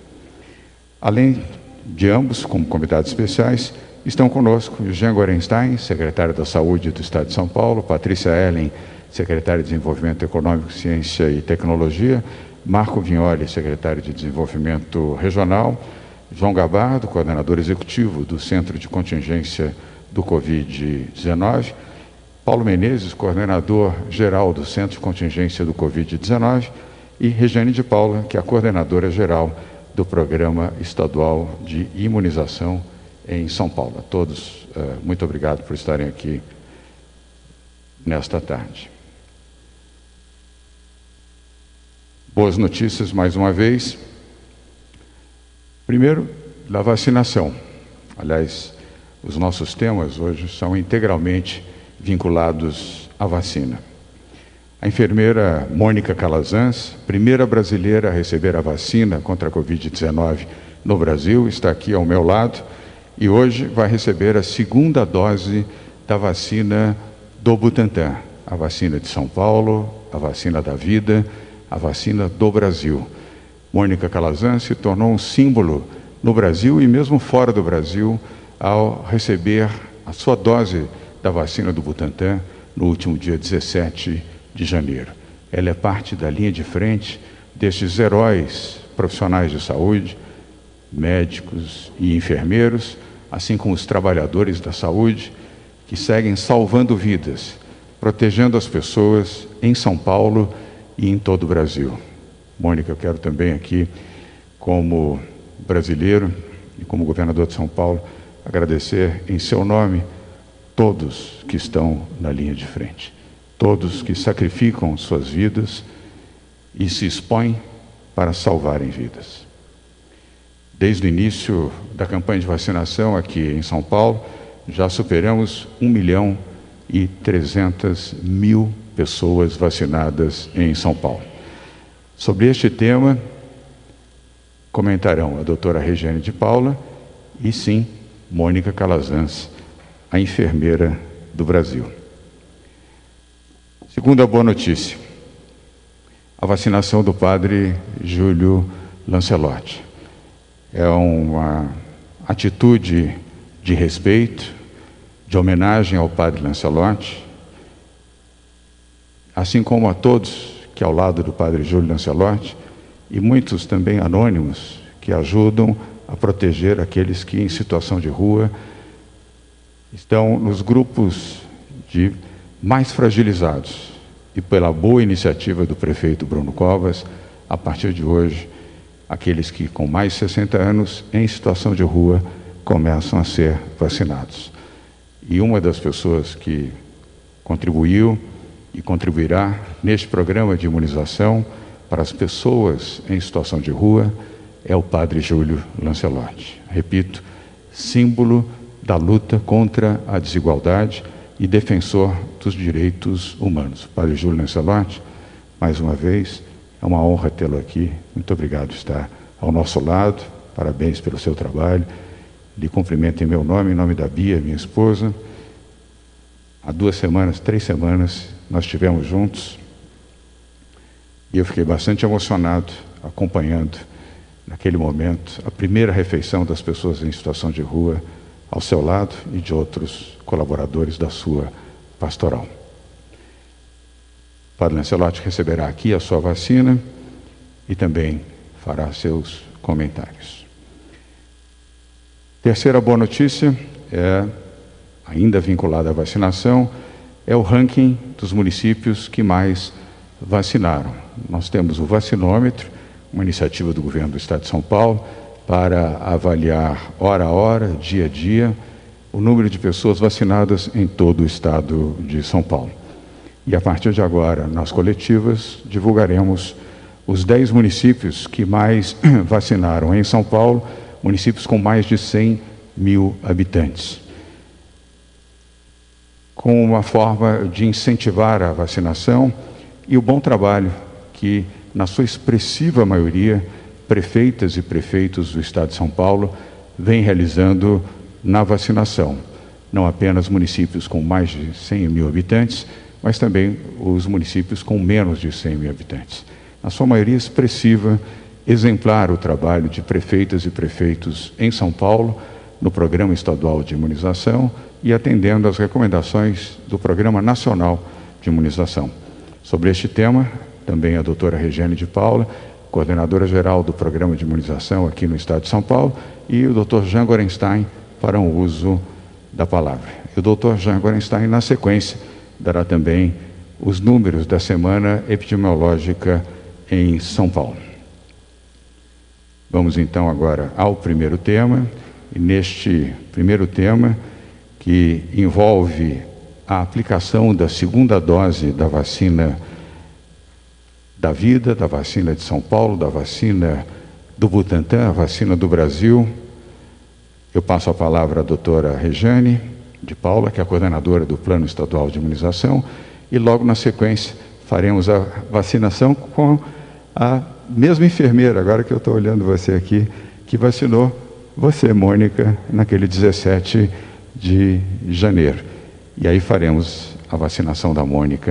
Além de ambos, como convidados especiais, estão conosco Jean Gorenstein, secretário da Saúde do Estado de São Paulo, Patrícia Ellen, secretária de Desenvolvimento Econômico, Ciência e Tecnologia, Marco Vignoli, secretário de Desenvolvimento Regional, João Gabardo, coordenador executivo do Centro de Contingência do covid dezenove, Paulo Menezes, coordenador geral do Centro de Contingência do covid dezenove, e Regiane de Paula, que é a coordenadora geral do Programa Estadual de Imunização em São Paulo. A todos, uh, muito obrigado por estarem aqui nesta tarde. Boas notícias mais uma vez. Primeiro, da vacinação. Aliás, os nossos temas hoje são integralmente vinculados à vacina. A enfermeira Mônica Calazans, primeira brasileira a receber a vacina contra a covid dezenove no Brasil, está aqui ao meu lado. E hoje vai receber a segunda dose da vacina do Butantan, a vacina de São Paulo, a vacina da vida, a vacina do Brasil. Mônica Calazans se tornou um símbolo no Brasil e mesmo fora do Brasil ao receber a sua dose da vacina do Butantan no último dia dezessete de janeiro. Ela é parte da linha de frente destes heróis profissionais de saúde, médicos e enfermeiros, assim como os trabalhadores da saúde, que seguem salvando vidas, protegendo as pessoas em São Paulo e em todo o Brasil. Mônica, eu quero também aqui, como brasileiro e como governador de São Paulo, agradecer em seu nome todos que estão na linha de frente, todos que sacrificam suas vidas e se expõem para salvarem vidas. Desde o início da campanha de vacinação aqui em São Paulo, já superamos um milhão e trezentas mil pessoas vacinadas em São Paulo. Sobre este tema, comentarão a doutora Regiane de Paula e, sim, Mônica Calazans, a enfermeira do Brasil. Segunda boa notícia, a vacinação do padre Júlio Lancelotti. É uma atitude de respeito, de homenagem ao padre Lancelotti, assim como a todos que ao lado do padre Júlio Lancelotti, e muitos também anônimos que ajudam a proteger aqueles que em situação de rua estão nos grupos de mais fragilizados. E pela boa iniciativa do prefeito Bruno Covas, a partir de hoje, aqueles que com mais de sessenta anos em situação de rua começam a ser vacinados. E uma das pessoas que contribuiu e contribuirá neste programa de imunização para as pessoas em situação de rua é o padre Júlio Lancelotti. Repito, símbolo da luta contra a desigualdade e defensor dos direitos humanos. Padre Júlio Lancelotti, mais uma vez, é uma honra tê-lo aqui. Muito obrigado por estar ao nosso lado. Parabéns pelo seu trabalho. Lhe cumprimento em meu nome, em nome da Bia, minha esposa. Há duas semanas, três semanas, nós estivemos juntos e eu fiquei bastante emocionado acompanhando, naquele momento, a primeira refeição das pessoas em situação de rua ao seu lado e de outros colaboradores da sua pastoral. O padre Lancelotti receberá aqui a sua vacina e também fará seus comentários. Terceira boa notícia, é, ainda vinculada à vacinação, é o ranking dos municípios que mais vacinaram. Nós temos o vacinômetro, uma iniciativa do governo do Estado de São Paulo, para avaliar hora a hora, dia a dia, o número de pessoas vacinadas em todo o Estado de São Paulo. E a partir de agora, nas coletivas, divulgaremos os dez municípios que mais vacinaram em São Paulo, municípios com mais de cem mil habitantes, com uma forma de incentivar a vacinação e o bom trabalho que, na sua expressiva maioria, prefeitas e prefeitos do Estado de São Paulo vêm realizando na vacinação. Não apenas municípios com mais de cem mil habitantes, mas também os municípios com menos de cem mil habitantes. Na sua maioria expressiva, exemplar o trabalho de prefeitas e prefeitos em São Paulo, no Programa Estadual de Imunização e atendendo às recomendações do Programa Nacional de Imunização. Sobre este tema, também a doutora Regiane de Paula, coordenadora-geral do Programa de Imunização aqui no Estado de São Paulo, e o doutor Jean Gorenstein farão uso da palavra. E o doutor Jean Gorenstein, na sequência, dará também os números da semana epidemiológica em São Paulo. Vamos então agora ao primeiro tema, e neste primeiro tema, que envolve a aplicação da segunda dose da vacina da vida, da vacina de São Paulo, da vacina do Butantan, a vacina do Brasil. Eu passo a palavra à doutora Regiane de Paula, que é a coordenadora do Plano Estadual de Imunização, e logo na sequência faremos a vacinação com a mesma enfermeira, agora que eu estou olhando você aqui, que vacinou você, Mônica, naquele dezessete de janeiro. E aí faremos a vacinação da Mônica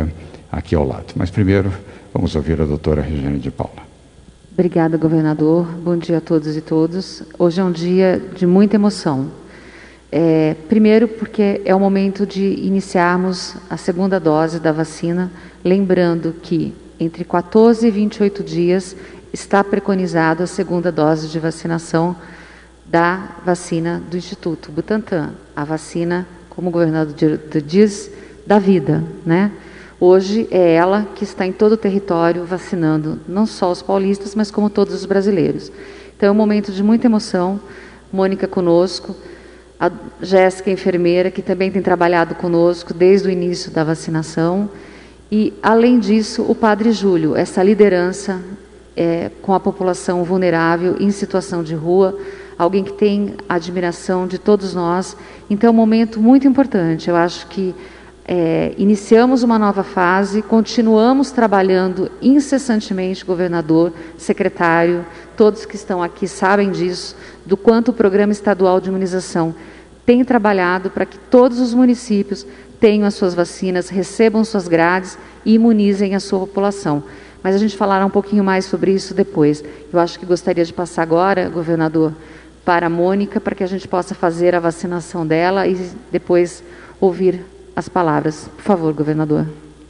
aqui ao lado. Mas primeiro, vamos ouvir a doutora Regiane de Paula. Obrigada, governador. Bom dia a todos e todas. Hoje é um dia de muita emoção. É, primeiro, porque é o momento de iniciarmos a segunda dose da vacina, lembrando que entre quatorze e vinte e oito dias está preconizado a segunda dose de vacinação da vacina do Instituto Butantan, a vacina, como o governador diz, da vida, né? Hoje é ela que está em todo o território vacinando, não só os paulistas, mas como todos os brasileiros. Então é um momento de muita emoção. Mônica conosco, a Jéssica, enfermeira, que também tem trabalhado conosco desde o início da vacinação. E, além disso, o Padre Júlio, essa liderança é, com a população vulnerável, em situação de rua, alguém que tem a admiração de todos nós. Então é um momento muito importante. Eu acho que É, iniciamos uma nova fase, continuamos trabalhando incessantemente, governador, secretário, todos que estão aqui sabem disso, do quanto o Programa Estadual de Imunização tem trabalhado para que todos os municípios tenham as suas vacinas, recebam suas grades e imunizem a sua população. Mas a gente falará um pouquinho mais sobre isso depois. Eu acho que gostaria de passar agora, governador, para a Mônica, para que a gente possa fazer a vacinação dela e depois ouvir as palavras. Por favor, governador.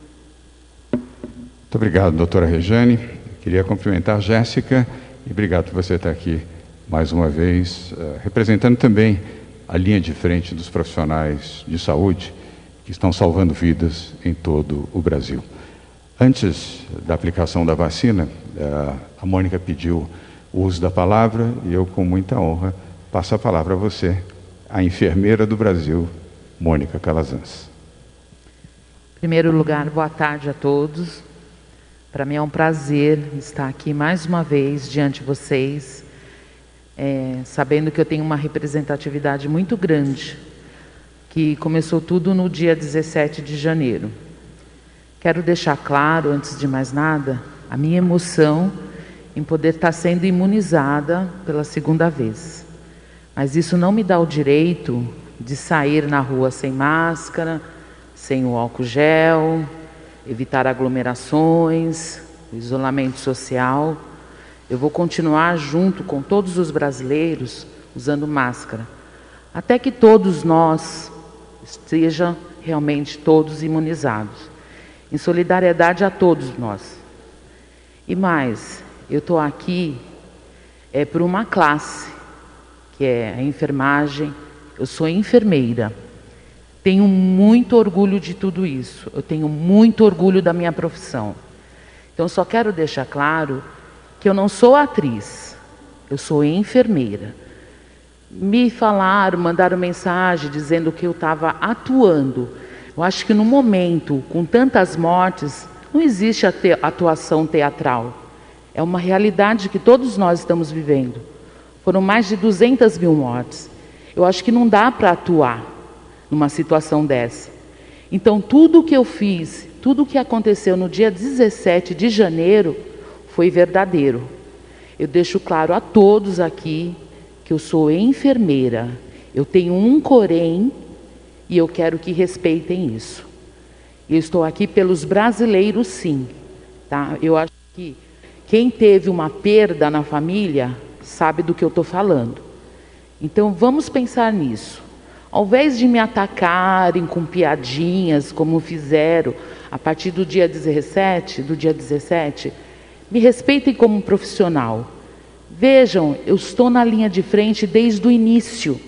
Muito obrigado, doutora Regiane. Queria cumprimentar a Jéssica e obrigado por você estar aqui mais uma vez, uh, representando também a linha de frente dos profissionais de saúde que estão salvando vidas em todo o Brasil. Antes da aplicação da vacina, uh, a Mônica pediu o uso da palavra e eu, com muita honra, passo a palavra a você, a enfermeira do Brasil, Mônica Calazans. Em primeiro lugar, boa tarde a todos. Para mim é um prazer estar aqui mais uma vez diante de vocês, é, sabendo que eu tenho uma representatividade muito grande, que começou tudo no dia dezessete de janeiro. Quero deixar claro, antes de mais nada, a minha emoção em poder estar sendo imunizada pela segunda vez. Mas isso não me dá o direito de sair na rua sem máscara, sem o álcool gel, evitar aglomerações, o isolamento social. Eu vou continuar junto com todos os brasileiros usando máscara, até que todos nós estejam realmente todos imunizados, em solidariedade a todos nós. E mais, eu estou aqui é, por uma classe, que é a enfermagem. Eu sou enfermeira. Tenho muito orgulho de tudo isso. Eu tenho muito orgulho da minha profissão. Então, só quero deixar claro que eu não sou atriz. Eu sou enfermeira. Me falaram, mandaram mensagem dizendo que eu estava atuando. Eu acho que no momento, com tantas mortes, não existe a te- atuação teatral. É uma realidade que todos nós estamos vivendo. Foram mais de duzentas mil mortes. Eu acho que não dá para atuar numa situação dessa. Então, tudo o que eu fiz, tudo o que aconteceu no dia dezessete de janeiro foi verdadeiro. Eu deixo claro a todos aqui que eu sou enfermeira. Eu tenho um corém e eu quero que respeitem isso. Eu estou aqui pelos brasileiros, sim. Tá? Eu acho que quem teve uma perda na família sabe do que eu estou falando. Então, vamos pensar nisso. Ao invés de me atacarem com piadinhas, como fizeram a partir do dia dezessete, do dia dezessete, me respeitem como profissional. Vejam, eu estou na linha de frente desde o início.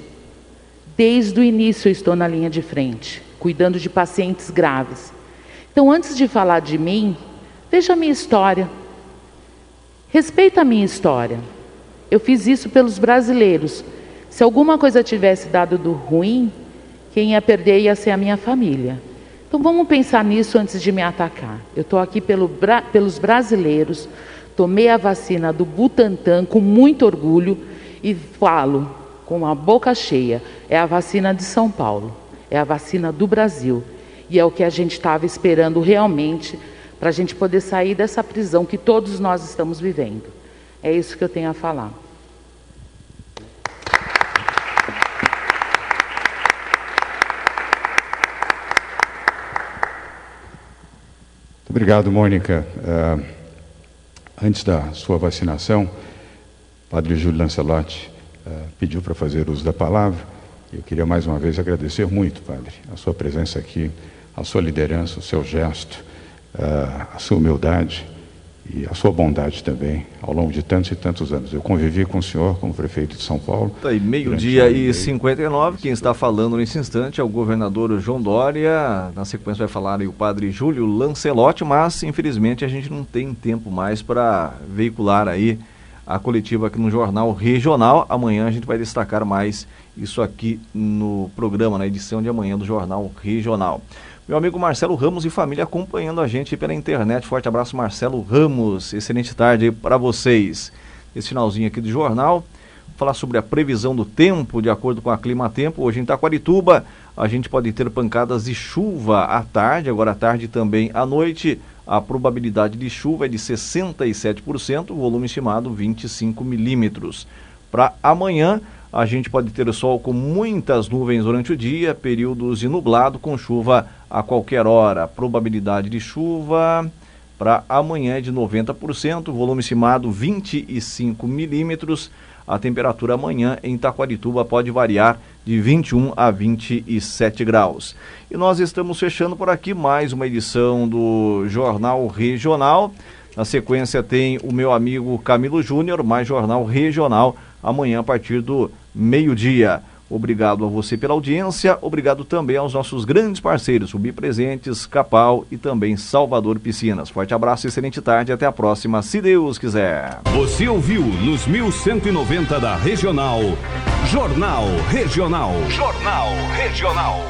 Desde o início eu estou na linha de frente, cuidando de pacientes graves. Então, antes de falar de mim, veja a minha história. Respeita a minha história. Eu fiz isso pelos brasileiros. Se alguma coisa tivesse dado do ruim, quem ia perder ia ser a minha família. Então vamos pensar nisso antes de me atacar. Eu estou aqui pelo, pelos brasileiros, tomei a vacina do Butantan com muito orgulho e falo com a boca cheia, é a vacina de São Paulo, é a vacina do Brasil. E é o que a gente estava esperando realmente para a gente poder sair dessa prisão que todos nós estamos vivendo. É isso que eu tenho a falar. Muito Obrigado, Mônica. Uh, antes da sua vacinação, o padre Júlio Lancelotti uh, pediu para fazer uso da palavra. Eu queria mais uma vez agradecer muito, padre, a sua presença aqui, a sua liderança, o seu gesto, uh, a sua humildade e a sua bondade também, ao longo de tantos e tantos anos. Eu convivi com o senhor como prefeito de São Paulo. Tá aí, meio-dia e cinquenta e nove, quem está falando nesse instante é o governador João Dória, na sequência vai falar aí o padre Júlio Lancelotti, mas infelizmente a gente não tem tempo mais para veicular aí a coletiva aqui no Jornal Regional. Amanhã a gente vai destacar mais isso aqui no programa, na edição de amanhã do Jornal Regional. Meu amigo Marcelo Ramos e família acompanhando a gente pela internet. Forte abraço, Marcelo Ramos. Excelente tarde aí para vocês. Esse finalzinho aqui do jornal. Vou falar sobre a previsão do tempo, de acordo com a Clima Tempo. Hoje em Taquarituba, a gente pode ter pancadas de chuva à tarde, agora à tarde também à noite. A probabilidade de chuva é de sessenta e sete por cento, volume estimado vinte e cinco milímetros. Para amanhã, a gente pode ter sol com muitas nuvens durante o dia, períodos de nublado com chuva a qualquer hora. Probabilidade de chuva para amanhã é de noventa por cento, volume estimado vinte e cinco milímetros. A temperatura amanhã em Taquarituba pode variar de vinte e um a vinte e sete graus. E nós estamos fechando por aqui mais uma edição do Jornal Regional. Na sequência tem o meu amigo Camilo Júnior, mais Jornal Regional, amanhã a partir do meio-dia. Obrigado a você pela audiência, obrigado também aos nossos grandes parceiros, Rubi Presentes, Capal e também Salvador Piscinas. Forte abraço, excelente tarde, até a próxima, se Deus quiser. Você ouviu nos mil cento e noventa da Regional, Jornal Regional. Jornal Regional.